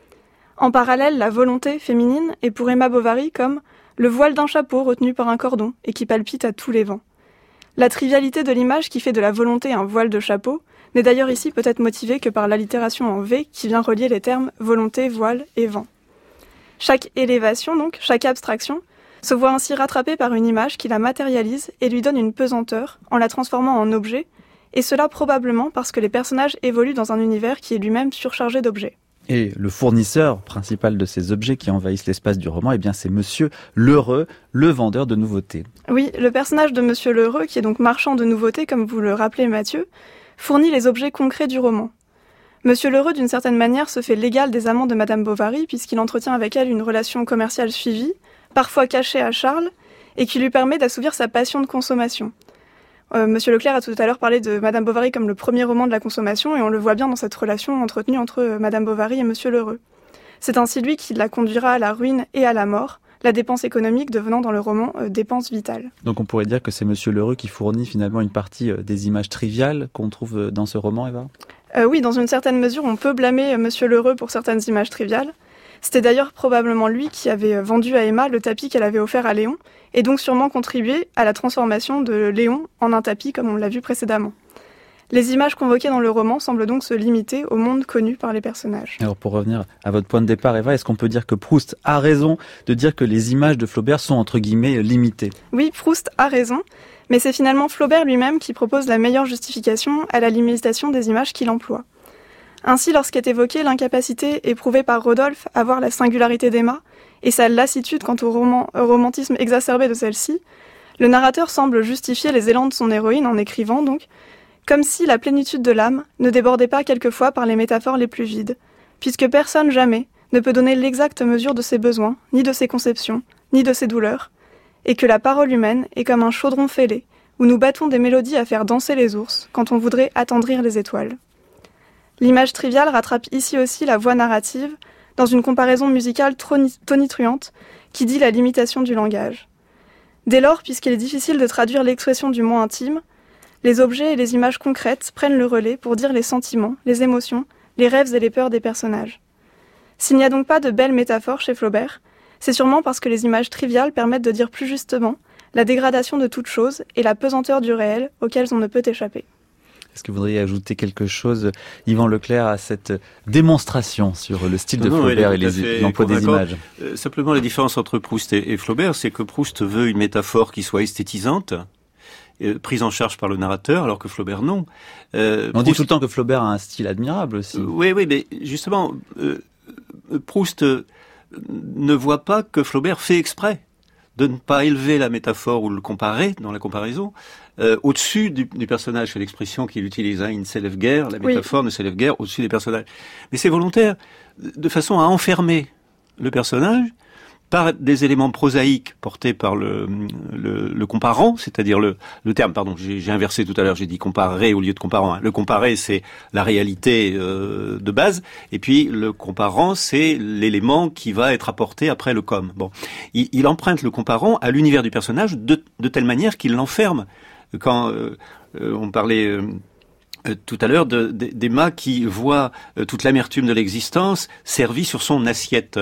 En parallèle, la volonté féminine est pour Emma Bovary comme le voile d'un chapeau retenu par un cordon et qui palpite à tous les vents. La trivialité de l'image qui fait de la volonté un voile de chapeau n'est d'ailleurs ici peut-être motivée que par l'allitération en V qui vient relier les termes volonté, voile et vent. Chaque élévation, donc, chaque abstraction, se voit ainsi rattrapée par une image qui la matérialise et lui donne une pesanteur en la transformant en objet, et cela probablement parce que les personnages évoluent dans un univers qui est lui-même surchargé d'objets. Et le fournisseur principal de ces objets qui envahissent l'espace du roman, eh bien c'est Monsieur Lheureux, le vendeur de nouveautés. Oui, le personnage de Monsieur Lheureux, qui est donc marchand de nouveautés, comme vous le rappelez Mathieu, fournit les objets concrets du roman. Monsieur Lheureux, d'une certaine manière, se fait l'égal des amants de Madame Bovary, puisqu'il entretient avec elle une relation commerciale suivie, parfois cachée à Charles, et qui lui permet d'assouvir sa passion de consommation. Monsieur Leclerc a tout à l'heure parlé de Madame Bovary comme le premier roman de la consommation, et on le voit bien dans cette relation entretenue entre Madame Bovary et Monsieur Lheureux. C'est ainsi lui qui la conduira à la ruine et à la mort, la dépense économique devenant dans le roman dépense vitale. Donc on pourrait dire que c'est Monsieur Lheureux qui fournit finalement une partie des images triviales qu'on trouve dans ce roman, Eva ? Oui, dans une certaine mesure, on peut blâmer Monsieur Lheureux pour certaines images triviales. C'était d'ailleurs probablement lui qui avait vendu à Emma le tapis qu'elle avait offert à Léon, et donc sûrement contribué à la transformation de Léon en un tapis, comme on l'a vu précédemment. Les images convoquées dans le roman semblent donc se limiter au monde connu par les personnages. Alors pour revenir à votre point de départ, Eva, est-ce qu'on peut dire que Proust a raison de dire que les images de Flaubert sont entre guillemets limitées ? Oui, Proust a raison, mais c'est finalement Flaubert lui-même qui propose la meilleure justification à la limitation des images qu'il emploie. Ainsi, lorsqu'est évoquée l'incapacité éprouvée par Rodolphe à voir la singularité d'Emma et sa lassitude quant au romantisme exacerbé de celle-ci, le narrateur semble justifier les élans de son héroïne en écrivant donc comme si la plénitude de l'âme ne débordait pas quelquefois par les métaphores les plus vides, puisque personne jamais ne peut donner l'exacte mesure de ses besoins, ni de ses conceptions, ni de ses douleurs, et que la parole humaine est comme un chaudron fêlé, où nous battons des mélodies à faire danser les ours quand on voudrait attendrir les étoiles. L'image triviale rattrape ici aussi la voix narrative dans une comparaison musicale tonitruante qui dit la limitation du langage. Dès lors, puisqu'il est difficile de traduire l'expression du mot intime, les objets et les images concrètes prennent le relais pour dire les sentiments, les émotions, les rêves et les peurs des personnages. S'il n'y a donc pas de belles métaphores chez Flaubert, c'est sûrement parce que les images triviales permettent de dire plus justement la dégradation de toute chose et la pesanteur du réel auxquelles on ne peut échapper. Est-ce que vous voudriez ajouter quelque chose, Yvan Leclerc, à cette démonstration sur le style de Flaubert et l'emploi des images ? Simplement, la différence entre Proust et Flaubert, c'est que Proust veut une métaphore qui soit esthétisante, prise en charge par le narrateur, alors que Flaubert, non. On dit tout le temps que Flaubert a un style admirable aussi. Oui, mais justement, Proust ne voit pas que Flaubert fait exprès de ne pas élever la métaphore ou le comparer dans la comparaison au-dessus du personnage. C'est l'expression qu'il utilise. Il ne s'élève guère, la métaphore ne s'élève guère au-dessus des personnages. Mais c'est volontaire, de façon à enfermer le personnage par des éléments prosaïques portés par le comparant, c'est-à-dire le terme, pardon, j'ai inversé tout à l'heure, j'ai dit comparer au lieu de comparant. Le comparer, c'est la réalité de base, et puis le comparant, c'est l'élément qui va être apporté après le com. Bon, il emprunte le comparant à l'univers du personnage de telle manière qu'il l'enferme. Quand on parlait tout à l'heure d'Emma qui voit toute l'amertume de l'existence servie sur son assiette.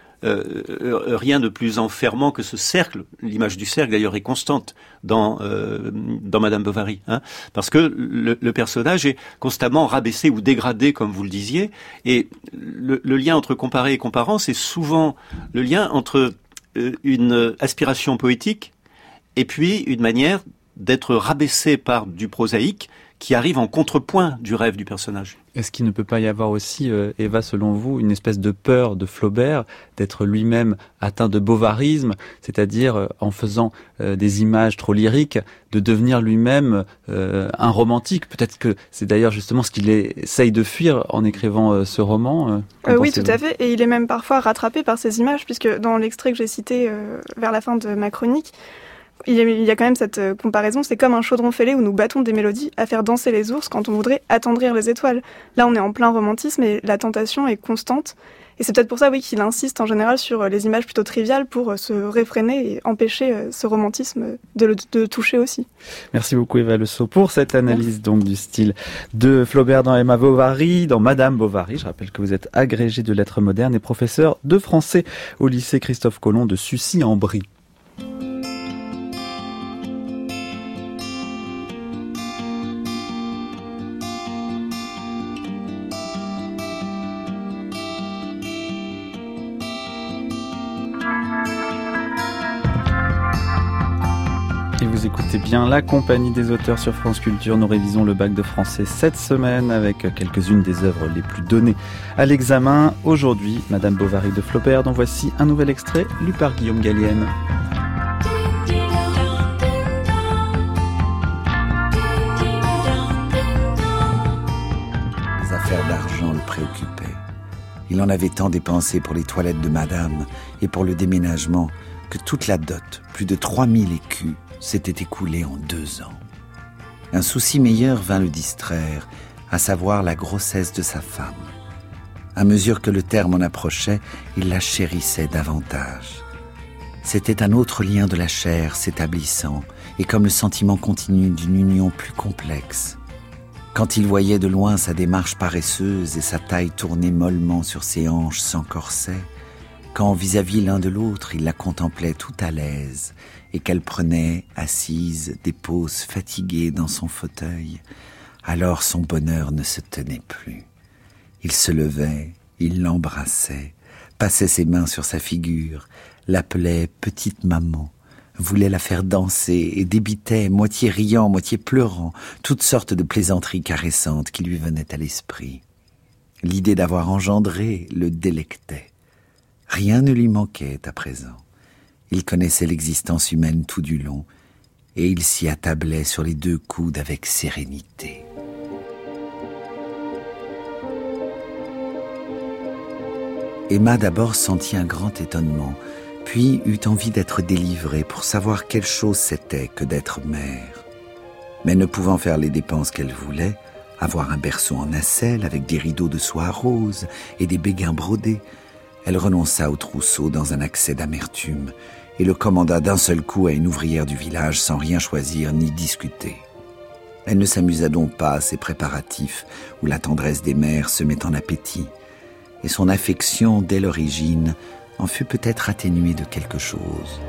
Rien de plus enfermant que ce cercle. L'image du cercle d'ailleurs est constante dans Madame Bovary, parce que le personnage est constamment rabaissé ou dégradé, comme vous le disiez, et le lien entre comparé et comparant, c'est souvent le lien entre une aspiration poétique et puis une manière d'être rabaissé par du prosaïque qui arrive en contrepoint du rêve du personnage. Est-ce qu'il ne peut pas y avoir aussi, Eva, selon vous, une espèce de peur de Flaubert d'être lui-même atteint de bovarisme, c'est-à-dire en faisant des images trop lyriques, de devenir lui-même un romantique? Peut-être que c'est d'ailleurs justement ce qu'il essaye de fuir en écrivant ce roman. Oui, tout à fait. Et il est même parfois rattrapé par ces images, puisque dans l'extrait que j'ai cité vers la fin de ma chronique, il y a quand même cette comparaison, c'est comme un chaudron fêlé où nous battons des mélodies à faire danser les ours quand on voudrait attendrir les étoiles. Là, on est en plein romantisme et la tentation est constante. Et c'est peut-être pour ça, oui, qu'il insiste en général sur les images plutôt triviales pour se réfréner et empêcher ce romantisme de toucher aussi. Merci beaucoup Eva Le Saux pour cette analyse donc du style de Flaubert dans Emma Bovary, dans Madame Bovary. Je rappelle que vous êtes agrégé de lettres modernes et professeur de français au lycée Christophe Colomb de Sucy-en-Brie. Et vous écoutez bien la compagnie des auteurs sur France Culture. Nous révisons le bac de français cette semaine avec quelques-unes des œuvres les plus données à l'examen. Aujourd'hui, Madame Bovary de Flaubert, dont voici un nouvel extrait lu par Guillaume Gallienne. Les affaires d'argent le préoccupaient. Il en avait tant dépensé pour les toilettes de madame et pour le déménagement que toute la dot, plus de 3000 écus, s'était écoulée en 2 ans. Un souci meilleur vint le distraire, à savoir la grossesse de sa femme. À mesure que le terme en approchait, il la chérissait davantage. C'était un autre lien de la chair s'établissant, et comme le sentiment continu d'une union plus complexe. Quand il voyait de loin sa démarche paresseuse et sa taille tournée mollement sur ses hanches sans corset, quand vis-à-vis l'un de l'autre il la contemplait tout à l'aise, et qu'elle prenait, assise, des poses fatiguées dans son fauteuil, alors son bonheur ne se tenait plus. Il se levait, il l'embrassait, passait ses mains sur sa figure, l'appelait « petite maman », voulait la faire danser et débitait, moitié riant, moitié pleurant, toutes sortes de plaisanteries caressantes qui lui venaient à l'esprit. L'idée d'avoir engendré le délectait. Rien ne lui manquait à présent. Il connaissait l'existence humaine tout du long, et il s'y attablait sur les 2 coudes avec sérénité. Emma d'abord sentit un grand étonnement, puis eut envie d'être délivrée pour savoir quelle chose c'était que d'être mère. Mais ne pouvant faire les dépenses qu'elle voulait, avoir un berceau en nacelle avec des rideaux de soie rose et des béguins brodés, elle renonça au trousseau dans un accès d'amertume et le commanda d'un seul coup à une ouvrière du village sans rien choisir ni discuter. Elle ne s'amusa donc pas à ces préparatifs où la tendresse des mères se met en appétit, et son affection, dès l'origine, en fut peut-être atténuée de quelque chose.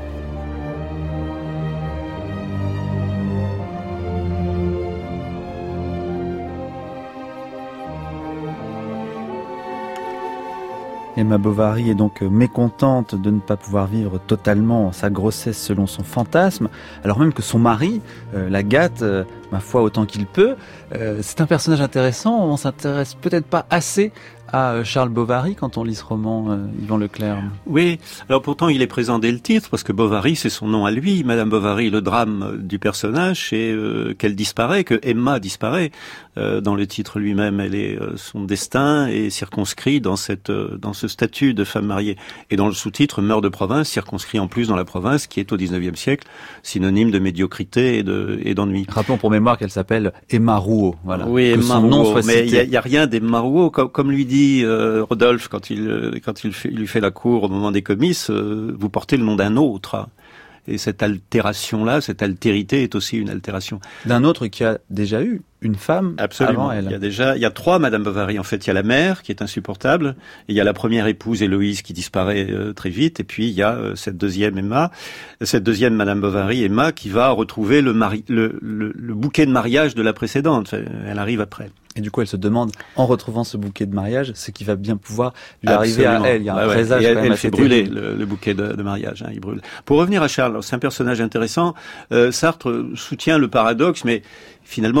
Emma Bovary est donc mécontente de ne pas pouvoir vivre totalement sa grossesse selon son fantasme, alors même que son mari la gâte, ma foi, autant qu'il peut. C'est un personnage intéressant, on s'intéresse peut-être pas assez à Charles Bovary quand on lit ce roman, Yvan Leclerc. Oui, alors pourtant il est présent dès le titre, parce que Bovary c'est son nom à lui. Madame Bovary, le drame du personnage, c'est qu'elle disparaît, que Emma disparaît. Dans le titre lui-même, elle est, son destin est circonscrit dans ce statut de femme mariée. Et dans le sous-titre, meurt de province, circonscrit en plus dans la province, qui est au XIXe siècle synonyme de médiocrité et d'ennui. Rappelons pour mémoire qu'elle s'appelle Emma Rouault. Voilà. Oui, Emma Rouault, mais il y a rien d'Emma Rouault, comme lui dit Rodolphe quand il lui fait la cour au moment des comices, vous portez le nom d'un autre. Et cette altération-là, cette altérité est aussi une altération. D'un autre qui a déjà eu une femme Absolument. Avant elle. Il y a 3 Madame Bovary. En fait, il y a la mère qui est insupportable, et il y a la première épouse Héloïse qui disparaît très vite, et puis il y a cette deuxième Madame Bovary, Emma, qui va retrouver le bouquet de mariage de la précédente. Elle arrive après. Et du coup, elle se demande, en retrouvant ce bouquet de mariage, ce qui va bien pouvoir lui arriver à elle. Il y a un présage quand même elle assez fait brûler terrible. le bouquet de mariage. Il brûle. Pour revenir à Charles, c'est un personnage intéressant. Sartre soutient le paradoxe, mais finalement qui est tout à fait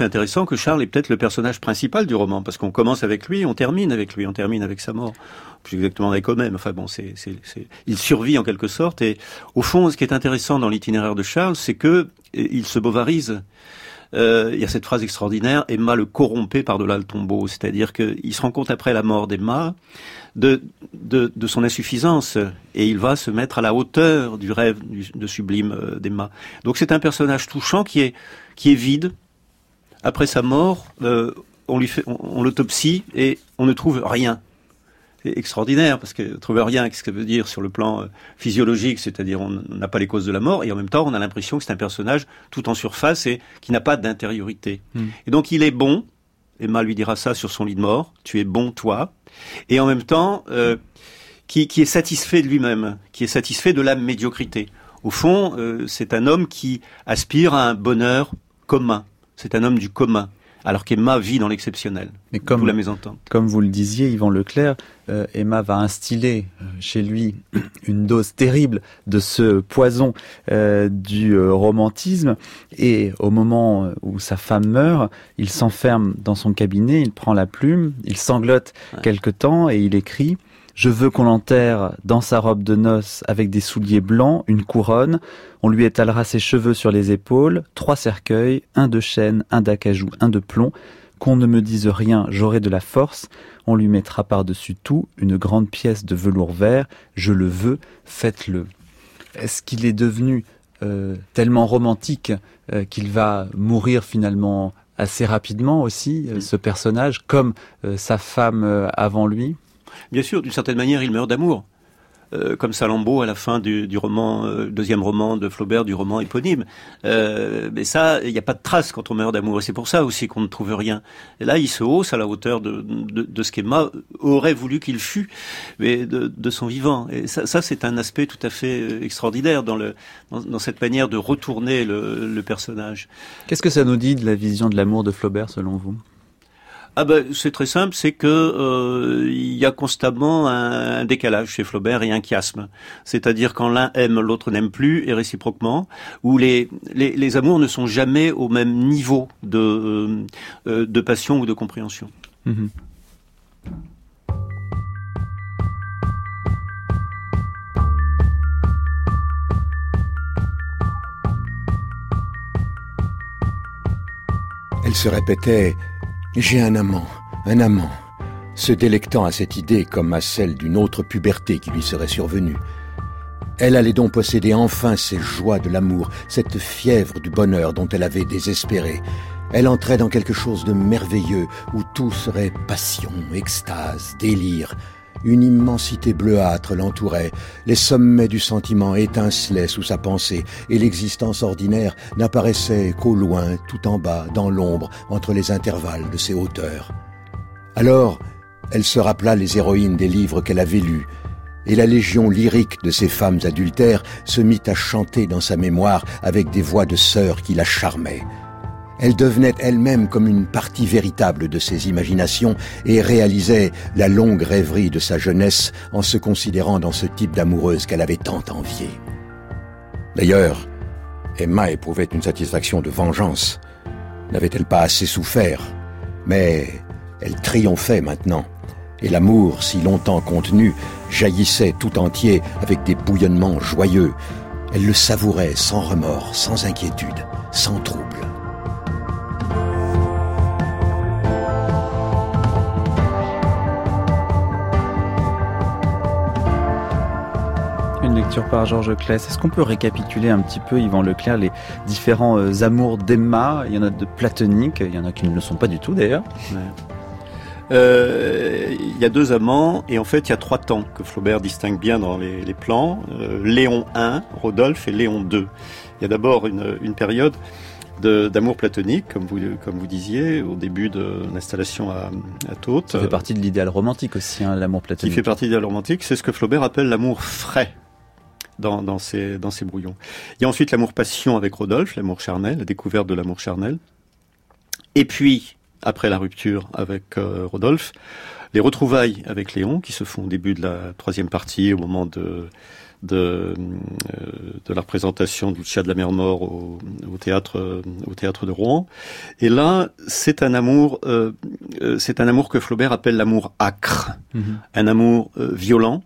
fait intéressant que Charles est peut-être le personnage principal du roman, parce qu'on commence avec lui, on termine avec lui, on termine avec sa mort. Plus exactement avec eux-mêmes. Enfin bon, il survit en quelque sorte. Et au fond, ce qui est intéressant dans l'itinéraire de Charles, c'est que il se bovarise. Il y a cette phrase extraordinaire, Emma le corrompait par-delà le tombeau. C'est-à-dire qu'il se rend compte après la mort d'Emma de son insuffisance, et il va se mettre à la hauteur du rêve de sublime d'Emma. Donc c'est un personnage touchant qui est vide. Après sa mort, on l'autopsie et on ne trouve rien. C'est extraordinaire, parce que trouver rien, qu'est-ce que ça veut dire sur le plan physiologique, c'est-à-dire on n'a pas les causes de la mort, et en même temps on a l'impression que c'est un personnage tout en surface et qui n'a pas d'intériorité. Et donc il est bon, Emma lui dira ça sur son lit de mort, tu es bon toi, et en même temps qui est satisfait de lui-même, qui est satisfait de la médiocrité. Au fond, c'est un homme qui aspire à un bonheur commun, c'est un homme du commun. Alors qu'Emma vit dans l'exceptionnel. Mais comme la mésentente. Comme vous le disiez, Yvan Leclerc, Emma va instiller chez lui une dose terrible de ce poison du romantisme. Et au moment où sa femme meurt, il s'enferme dans son cabinet, il prend la plume, il sanglote quelque temps et il écrit « Je veux qu'on l'enterre dans sa robe de noces avec des souliers blancs, une couronne. On lui étalera ses cheveux sur les épaules, 3 cercueils, un de chêne, un d'acajou, un de plomb. Qu'on ne me dise rien, j'aurai de la force. On lui mettra par-dessus tout une grande pièce de velours vert. Je le veux, faites-le. » Est-ce qu'il est devenu tellement romantique qu'il va mourir finalement assez rapidement aussi, ce personnage, comme sa femme avant lui ? Bien sûr, d'une certaine manière, il meurt d'amour. Comme Salammbô à la fin du roman, deuxième roman de Flaubert, du roman éponyme. Mais ça, il n'y a pas de trace quand on meurt d'amour. Et c'est pour ça aussi qu'on ne trouve rien. Et là, il se hausse à la hauteur de ce qu'Emma aurait voulu qu'il fût, mais de son vivant. Et ça c'est un aspect tout à fait extraordinaire dans cette manière de retourner le personnage. Qu'est-ce que ça nous dit de la vision de l'amour de Flaubert, selon vous ? C'est très simple, c'est que il y a constamment un décalage chez Flaubert et un chiasme. C'est-à-dire quand l'un aime, l'autre n'aime plus, et réciproquement, où les amours ne sont jamais au même niveau de passion ou de compréhension. Mmh. Elle se répétait: j'ai un amant, se délectant à cette idée comme à celle d'une autre puberté qui lui serait survenue. Elle allait donc posséder enfin ces joies de l'amour, cette fièvre du bonheur dont elle avait désespéré. Elle entrait dans quelque chose de merveilleux, où tout serait passion, extase, délire. Une immensité bleuâtre l'entourait, les sommets du sentiment étincelaient sous sa pensée, et l'existence ordinaire n'apparaissait qu'au loin, tout en bas, dans l'ombre, entre les intervalles de ses hauteurs. Alors, elle se rappela les héroïnes des livres qu'elle avait lus, et la légion lyrique de ces femmes adultères se mit à chanter dans sa mémoire avec des voix de sœurs qui la charmaient. Elle devenait elle-même comme une partie véritable de ses imaginations et réalisait la longue rêverie de sa jeunesse en se considérant dans ce type d'amoureuse qu'elle avait tant envié. D'ailleurs, Emma éprouvait une satisfaction de vengeance. N'avait-elle pas assez souffert? Mais elle triomphait maintenant, et l'amour, si longtemps contenu, jaillissait tout entier avec des bouillonnements joyeux. Elle le savourait sans remords, sans inquiétude, sans trouble. Une lecture par Georges Claes. Est-ce qu'on peut récapituler un petit peu, Yvan Leclerc, les différents amours d'Emma? Il y en a de platoniques, il y en a qui ne le sont pas du tout d'ailleurs. Ouais. Il y a 2 amants, et en fait il y a 3 temps que Flaubert distingue bien dans les plans. Léon I, Rodolphe, et Léon II. Il y a d'abord une période d'amour platonique, comme vous disiez, au début de l'installation à Taute. Ça fait partie de l'idéal romantique aussi, hein, l'amour platonique. Qui fait partie de l'idéal romantique, c'est ce que Flaubert appelle l'amour frais dans ses brouillons. Il y a ensuite l'amour passion avec Rodolphe, l'amour charnel, la découverte de l'amour charnel. Et puis, après la rupture avec Rodolphe, les retrouvailles avec Léon, qui se font au début de la troisième partie, au moment de la représentation de Lucia de la Mer Mort au théâtre de Rouen. Et là, c'est un amour que Flaubert appelle l'amour âcre, un amour violent.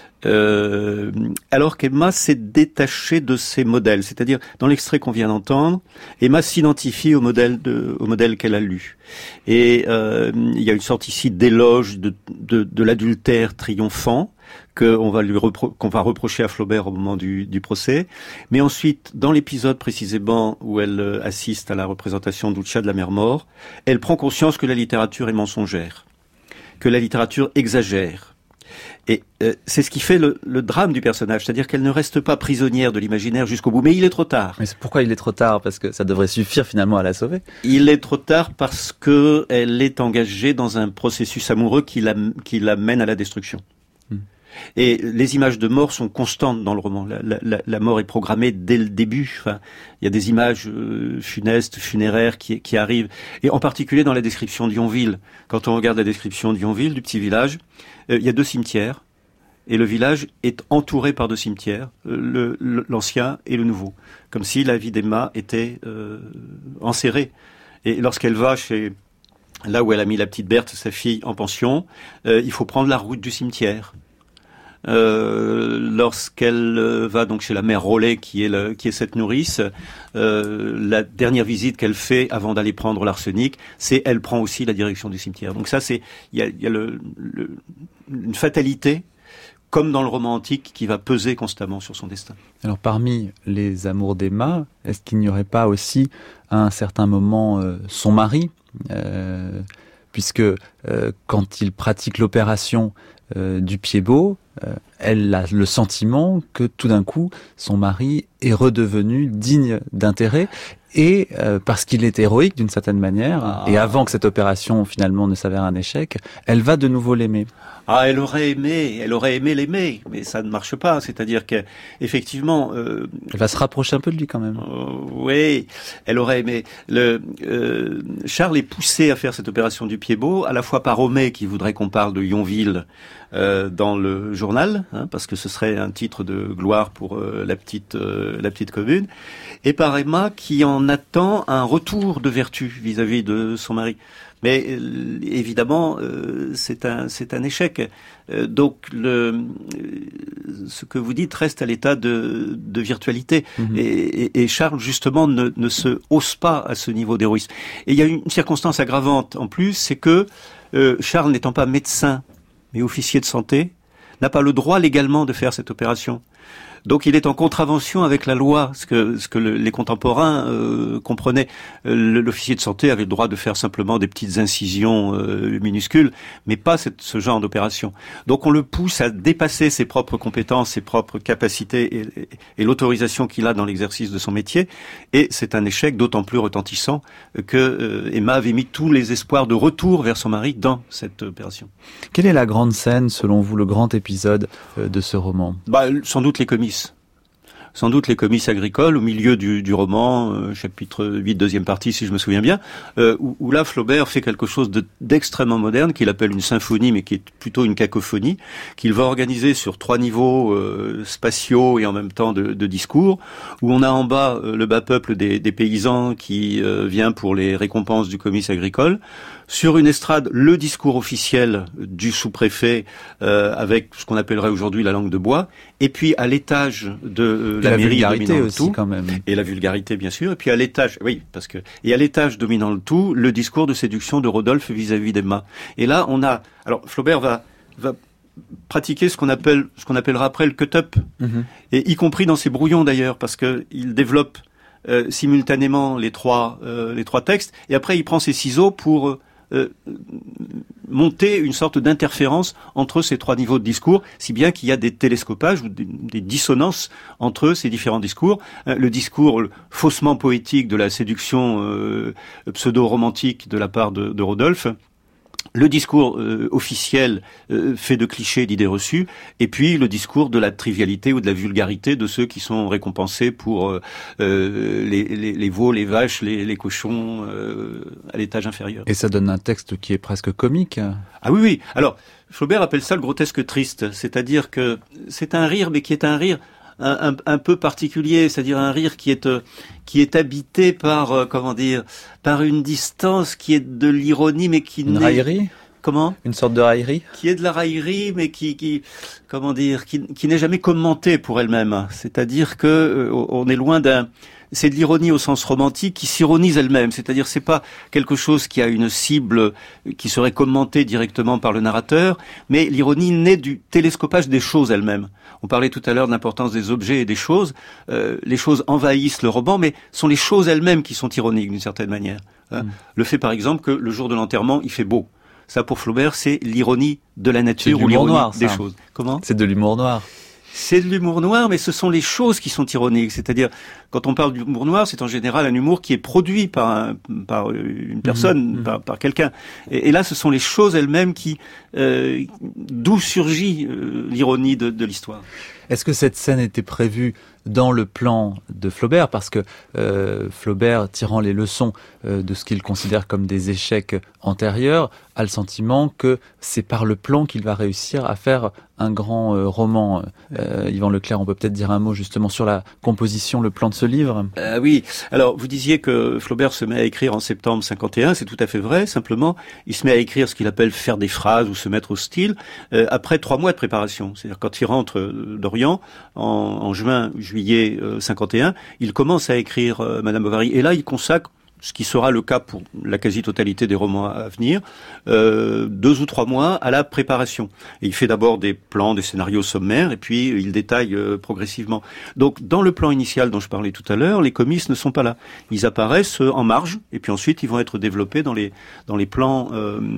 Alors qu'Emma s'est détachée de ses modèles, c'est-à-dire dans l'extrait qu'on vient d'entendre, Emma s'identifie au modèle qu'elle a lu. Et il y a une sorte ici d'éloge de l'adultère triomphant qu'on va reprocher à Flaubert au moment du procès. Mais ensuite, dans l'épisode précisément où elle assiste à la représentation de Lucia de la Mer Mort, elle prend conscience que la littérature est mensongère, que la littérature exagère. Et c'est ce qui fait le drame du personnage, c'est-à-dire qu'elle ne reste pas prisonnière de l'imaginaire jusqu'au bout. Mais il est trop tard. Mais pourquoi il est trop tard? Parce que ça devrait suffire finalement à la sauver. Il est trop tard parce que elle est engagée dans un processus amoureux qui la mène à la destruction. Et les images de mort sont constantes dans le roman. La mort est programmée dès le début. Enfin, il y a des images funestes, funéraires qui arrivent. Et en particulier dans la description d'Yonville. Quand on regarde la description d'Yonville, du petit village, il y a 2 cimetières. Et le village est entouré par 2 cimetières, l'ancien et le nouveau. Comme si la vie d'Emma était enserrée. Et lorsqu'elle va là où elle a mis la petite Berthe, sa fille, en pension, il faut prendre la route du cimetière. Lorsqu'elle va donc chez la mère Rollet qui est cette nourrice, la dernière visite qu'elle fait avant d'aller prendre l'arsenic, elle prend aussi la direction du cimetière. Donc ça, il y a une fatalité, comme dans le roman antique, qui va peser constamment sur son destin. Alors parmi les amours d'Emma, est-ce qu'il n'y aurait pas aussi à un certain moment son mari, puisque quand il pratique l'opération du pied-beau, elle a le sentiment que tout d'un coup son mari est redevenu digne d'intérêt, et parce qu'il est héroïque d'une certaine manière, et avant que cette opération finalement ne s'avère un échec, elle va de nouveau l'aimer. Elle aurait aimé l'aimer, mais ça ne marche pas. C'est-à-dire que, effectivement, elle va se rapprocher un peu de lui quand même. Oui, elle aurait aimé. Charles est poussé à faire cette opération du pied-beau, à la fois par Homais qui voudrait qu'on parle de Yonville dans le journal, parce que ce serait un titre de gloire pour la petite commune, et par Emma qui en attend un retour de vertu vis-à-vis de son mari. Mais évidemment, c'est un échec. Donc, ce que vous dites reste à l'état de virtualité. Et Charles, justement, ne se hausse pas à ce niveau d'héroïsme. Et il y a une circonstance aggravante en plus, c'est que Charles, n'étant pas médecin, mais officier de santé, n'a pas le droit légalement de faire cette opération. Donc il est en contravention avec la loi, ce que les contemporains comprenaient. L'officier de santé avait le droit de faire simplement des petites incisions minuscules, mais pas ce genre d'opération. Donc on le pousse à dépasser ses propres compétences, ses propres capacités et l'autorisation qu'il a dans l'exercice de son métier. Et c'est un échec d'autant plus retentissant que Emma avait mis tous les espoirs de retour vers son mari dans cette opération. Quelle est la grande scène, selon vous, le grand épisode de ce roman? Sans doute les comices. Sans doute les comices agricoles, au milieu du roman, chapitre 8, deuxième partie, si je me souviens bien, où là, Flaubert fait quelque chose d'extrêmement moderne, qu'il appelle une symphonie, mais qui est plutôt une cacophonie, qu'il va organiser sur 3 niveaux spatiaux et en même temps de discours, où on a en bas le bas peuple des paysans qui vient pour les récompenses du comice agricole, sur une estrade, le discours officiel du sous-préfet, avec ce qu'on appellerait aujourd'hui la langue de bois, et puis à l'étage de la mairie dominant le tout, quand même. Et la vulgarité bien sûr, et puis à l'étage, et à l'étage dominant le tout, le discours de séduction de Rodolphe vis-à-vis d'Emma. Et là, alors Flaubert va pratiquer ce qu'on appellera après le cut-up, et y compris dans ses brouillons d'ailleurs, parce que il développe simultanément les trois textes, et après il prend ses ciseaux pour monter une sorte d'interférence entre ces 3 niveaux de discours, si bien qu'il y a des télescopages ou des dissonances entre ces différents discours. Le discours faussement poétique de la séduction pseudo-romantique de la part de Rodolphe, le discours officiel fait de clichés, d'idées reçues, et puis le discours de la trivialité ou de la vulgarité de ceux qui sont récompensés pour les veaux, les vaches, les cochons à l'étage inférieur. Et ça donne un texte qui est presque comique. Ah oui, oui. Alors, Flaubert appelle ça le grotesque triste, c'est-à-dire que c'est un rire, mais qui est un rire un peu particulier, c'est-à-dire un rire qui est habité par par une distance qui est de l'ironie, mais qui une raillerie. Comment ? Une sorte de raillerie. Qui est de la raillerie, mais qui n'est jamais commentée pour elle-même. C'est-à-dire que on est loin c'est de l'ironie au sens romantique qui s'ironise elle-même. C'est-à-dire c'est pas quelque chose qui a une cible qui serait commentée directement par le narrateur, mais l'ironie naît du télescopage des choses elles-mêmes. On parlait tout à l'heure de l'importance des objets et des choses. Les choses envahissent le roman, mais sont les choses elles-mêmes qui sont ironiques d'une certaine manière. Le fait par exemple que le jour de l'enterrement, il fait beau. Ça pour Flaubert, c'est l'ironie de la nature ou l'ironie noir, des choses. Comment ? C'est de l'humour noir. C'est de l'humour noir, mais ce sont les choses qui sont ironiques. C'est-à-dire, quand on parle d'humour noir, c'est en général un humour qui est produit par une personne, par quelqu'un. Et là, ce sont les choses elles-mêmes d'où surgit l'ironie de l'histoire. Est-ce que cette scène était prévue dans le plan de Flaubert ? Parce que Flaubert, tirant les leçons de ce qu'il considère comme des échecs antérieurs, a le sentiment que c'est par le plan qu'il va réussir à faire un grand roman. Yvan Leclerc, on peut peut-être dire un mot justement sur la composition, le plan de ce livre. Oui, alors vous disiez que Flaubert se met à écrire en septembre 51, c'est tout à fait vrai, simplement il se met à écrire ce qu'il appelle faire des phrases ou se mettre au style après 3 mois de préparation. C'est-à-dire quand il rentre d'Orient en juillet 51, il commence à écrire Madame Bovary, et là il consacre, ce qui sera le cas pour la quasi-totalité des romans à venir, 2 ou 3 mois à la préparation. Et il fait d'abord des plans, des scénarios sommaires, et puis il détaille progressivement. Donc, dans le plan initial dont je parlais tout à l'heure, les comices ne sont pas là. Ils apparaissent en marge, et puis ensuite ils vont être développés dans les plans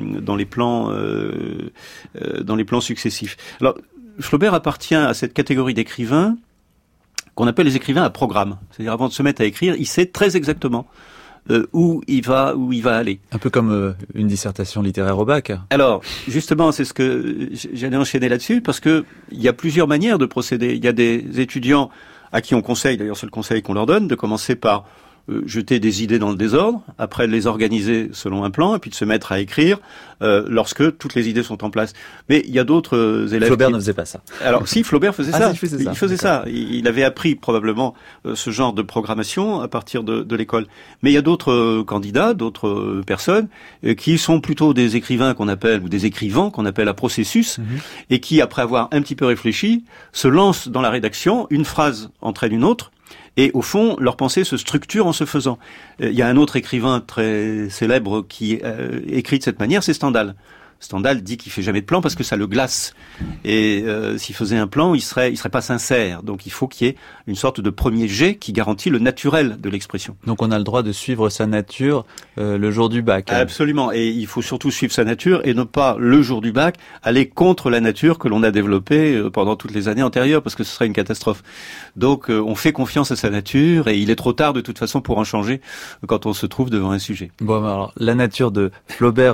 successifs. Alors, Flaubert appartient à cette catégorie d'écrivains qu'on appelle les écrivains à programme. C'est-à-dire, avant de se mettre à écrire, il sait très exactement où il va aller. Un peu comme une dissertation littéraire au bac. Alors, justement, c'est ce que j'allais enchaîner là-dessus, parce que il y a plusieurs manières de procéder. Il y a des étudiants à qui on conseille, d'ailleurs c'est le conseil qu'on leur donne, de commencer par jeter des idées dans le désordre, après les organiser selon un plan, et puis de se mettre à écrire lorsque toutes les idées sont en place. Mais il y a d'autres élèves... Flaubert ne faisait pas ça. Alors si, Flaubert faisait ça. Si, il faisait ça. Il avait appris probablement ce genre de programmation à partir de l'école. Mais il y a d'autres candidats, d'autres personnes qui sont plutôt des écrivains qu'on appelle, ou des écrivains qu'on appelle à processus, et qui, après avoir un petit peu réfléchi, se lancent dans la rédaction, une phrase entraîne une autre, et au fond, leur pensée se structure en se faisant. Il y a un autre écrivain très célèbre qui écrit de cette manière, c'est Stendhal. Stendhal dit qu'il fait jamais de plan parce que ça le glace. Et s'il faisait un plan, il serait pas sincère. Donc il faut qu'il y ait une sorte de premier jet qui garantit le naturel de l'expression. Donc on a le droit de suivre sa nature le jour du bac. Absolument. Et il faut surtout suivre sa nature et ne pas, le jour du bac, aller contre la nature que l'on a développée pendant toutes les années antérieures, parce que ce serait une catastrophe. Donc on fait confiance à sa nature, et il est trop tard de toute façon pour en changer quand on se trouve devant un sujet. Bon, alors la nature de Flaubert,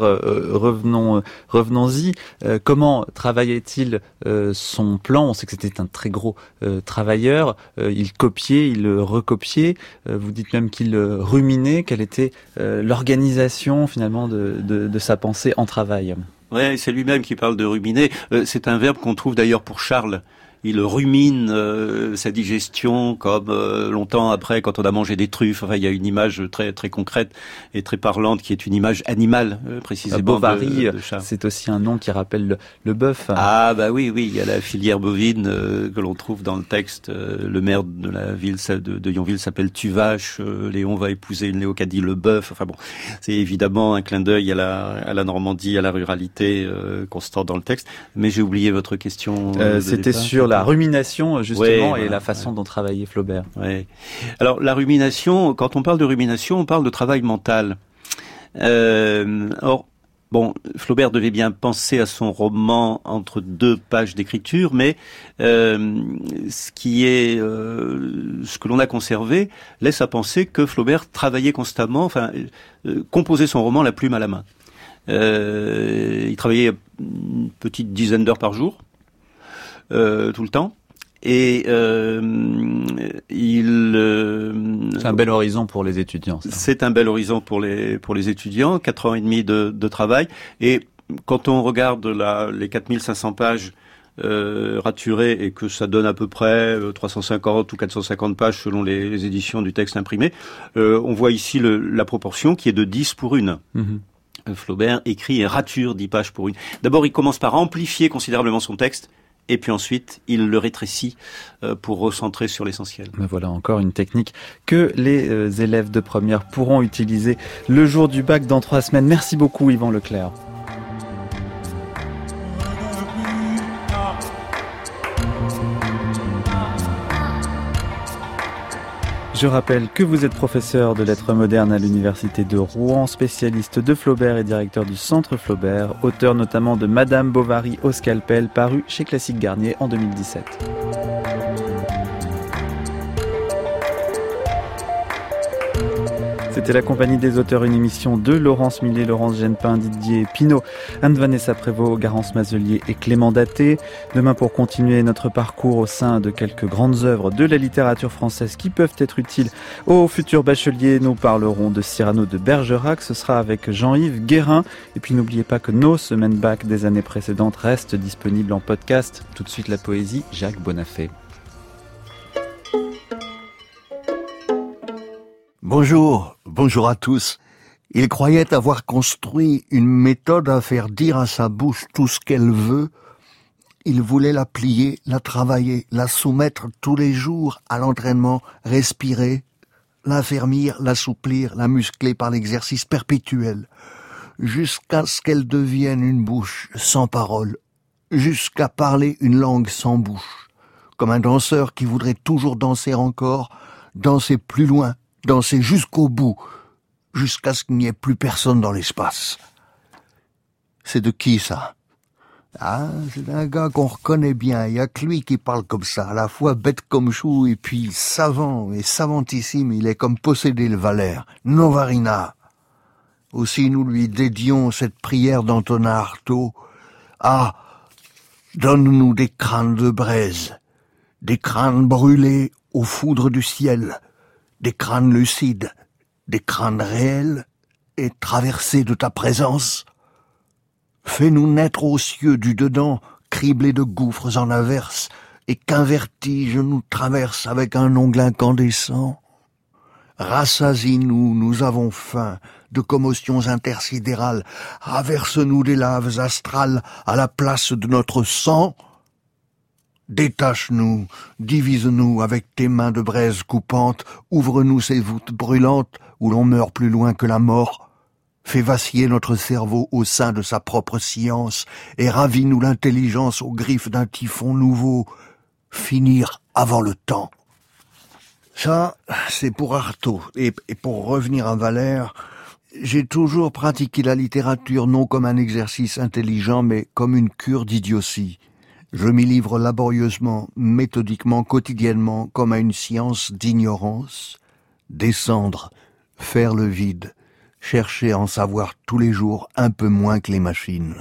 revenons-y. Comment travaillait-il son plan ? On sait que c'était un très gros travailleur. Il copiait, il recopiait. Vous dites même qu'il ruminait. Quelle était l'organisation finalement de sa pensée en travail ? Ouais, c'est lui-même qui parle de ruminer. C'est un verbe qu'on trouve d'ailleurs pour Charles. Il rumine sa digestion comme longtemps après quand on a mangé des truffes. Enfin, il y a une image très très concrète et très parlante qui est une image animale précisément. Bovary, de Charles. C'est aussi un nom qui rappelle le bœuf. Ah bah oui, il y a la filière bovine que l'on trouve dans le texte. Le maire de la ville de Yonville s'appelle Tuvache. Léon va épouser une Léocadie le bœuf. Enfin bon, c'est évidemment un clin d'œil à la Normandie, à la ruralité constante dans le texte. Mais j'ai oublié votre question. C'était sur la rumination, justement, et la façon dont travaillait Flaubert. Ouais. Alors, la rumination, quand on parle de rumination, on parle de travail mental. Or, bon, Flaubert devait bien penser à son roman entre 2 pages d'écriture, mais ce que l'on a conservé laisse à penser que Flaubert travaillait constamment, composait son roman la plume à la main. Il travaillait une petite dizaine d'heures par jour, tout le temps. Et c'est un bel horizon pour les étudiants. Ça. C'est un bel horizon pour les étudiants, 4 ans et demi de travail. Et quand on regarde les 4500 pages raturées et que ça donne à peu près 350 ou 450 pages selon les éditions du texte imprimé, on voit ici la proportion qui est de 10 pour 1. Flaubert écrit et rature 10 pages pour 1. D'abord, il commence par amplifier considérablement son texte, et puis ensuite, il le rétrécit pour recentrer sur l'essentiel. Mais voilà encore une technique que les élèves de première pourront utiliser le jour du bac dans 3 semaines. Merci beaucoup, Yvan Leclerc. Je rappelle que vous êtes professeur de lettres modernes à l'université de Rouen, spécialiste de Flaubert et directeur du Centre Flaubert, auteur notamment de Madame Bovary au scalpel, paru chez Classique Garnier en 2017. C'était la compagnie des auteurs, une émission de Laurence Millet, Laurence Genepin, Didier Pinault, Anne-Vanessa Prévost, Garance Mazelier et Clément Daté. Demain, pour continuer notre parcours au sein de quelques grandes œuvres de la littérature française qui peuvent être utiles aux futurs bacheliers, nous parlerons de Cyrano de Bergerac. Ce sera avec Jean-Yves Guérin. Et puis n'oubliez pas que nos semaines bac des années précédentes restent disponibles en podcast. Tout de suite la poésie, Jacques Bonafé. Bonjour à tous. Il croyait avoir construit une méthode à faire dire à sa bouche tout ce qu'elle veut. Il voulait la plier, la travailler, la soumettre tous les jours à l'entraînement, respirer, l'affermir, l'assouplir, la muscler par l'exercice perpétuel, jusqu'à ce qu'elle devienne une bouche sans parole, jusqu'à parler une langue sans bouche, comme un danseur qui voudrait toujours danser encore, danser plus loin, danser jusqu'au bout, jusqu'à ce qu'il n'y ait plus personne dans l'espace. C'est de qui, ça? Ah, c'est d'un gars qu'on reconnaît bien. Il y a que lui qui parle comme ça, à la fois bête comme chou et puis savant et savantissime. Il est comme possédé le Valère. Novarina. Aussi nous lui dédions cette prière d'Antonin Artaud. Ah, donne-nous des crânes de braise, des crânes brûlés aux foudres du ciel, des crânes lucides, des crânes réels et traversés de ta présence. Fais-nous naître aux cieux du dedans, criblés de gouffres en averse, et qu'un vertige nous traverse avec un ongle incandescent. Rassasie-nous, nous avons faim, de commotions intersidérales. Averse-nous des laves astrales à la place de notre sang. Détache-nous, divise-nous avec tes mains de braise coupantes, ouvre-nous ces voûtes brûlantes où l'on meurt plus loin que la mort. Fais vaciller notre cerveau au sein de sa propre science et ravis-nous l'intelligence aux griffes d'un typhon nouveau. Finir avant le temps. Ça, c'est pour Artaud. Et pour revenir à Valère, j'ai toujours pratiqué la littérature non comme un exercice intelligent, mais comme une cure d'idiotie. Je m'y livre laborieusement, méthodiquement, quotidiennement, comme à une science d'ignorance. Descendre, faire le vide, chercher à en savoir tous les jours un peu moins que les machines.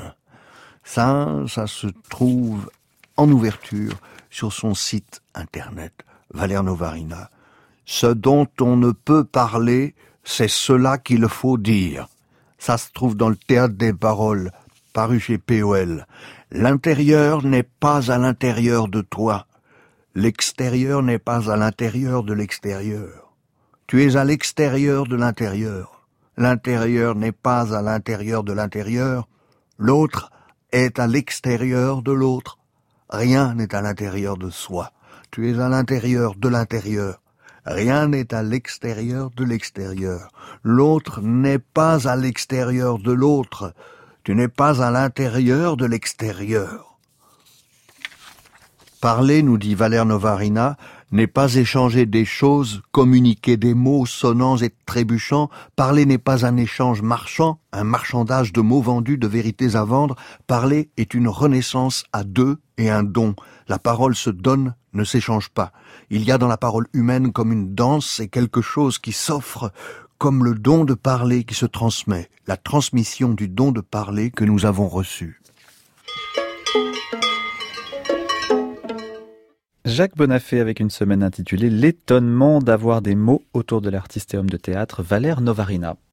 Ça se trouve en ouverture sur son site internet, Valère Novarina. Ce dont on ne peut parler, c'est cela qu'il faut dire. Ça se trouve dans le Théâtre des Paroles, paru chez POL. L'intérieur n'est pas à l'intérieur de toi. L'extérieur n'est pas à l'intérieur de l'extérieur. Tu es à l'extérieur de l'intérieur. L'intérieur n'est pas à l'intérieur de l'intérieur. L'autre est à l'extérieur de l'autre. Rien n'est à l'intérieur de soi. Tu es à l'intérieur de l'intérieur. Rien n'est à l'extérieur de l'extérieur. L'autre n'est pas à l'extérieur de l'autre. Tu n'es pas à l'intérieur de l'extérieur. Parler, nous dit Valère Novarina, n'est pas échanger des choses, communiquer des mots sonnants et trébuchants. Parler n'est pas un échange marchand, un marchandage de mots vendus, de vérités à vendre. Parler est une renaissance à deux et un don. La parole se donne, ne s'échange pas. Il y a dans la parole humaine comme une danse et quelque chose qui s'offre, comme le don de parler qui se transmet, la transmission du don de parler que nous avons reçu. Jacques Bonafé avec une semaine intitulée « L'étonnement d'avoir des mots » autour de l'artiste et homme de théâtre Valère Novarina.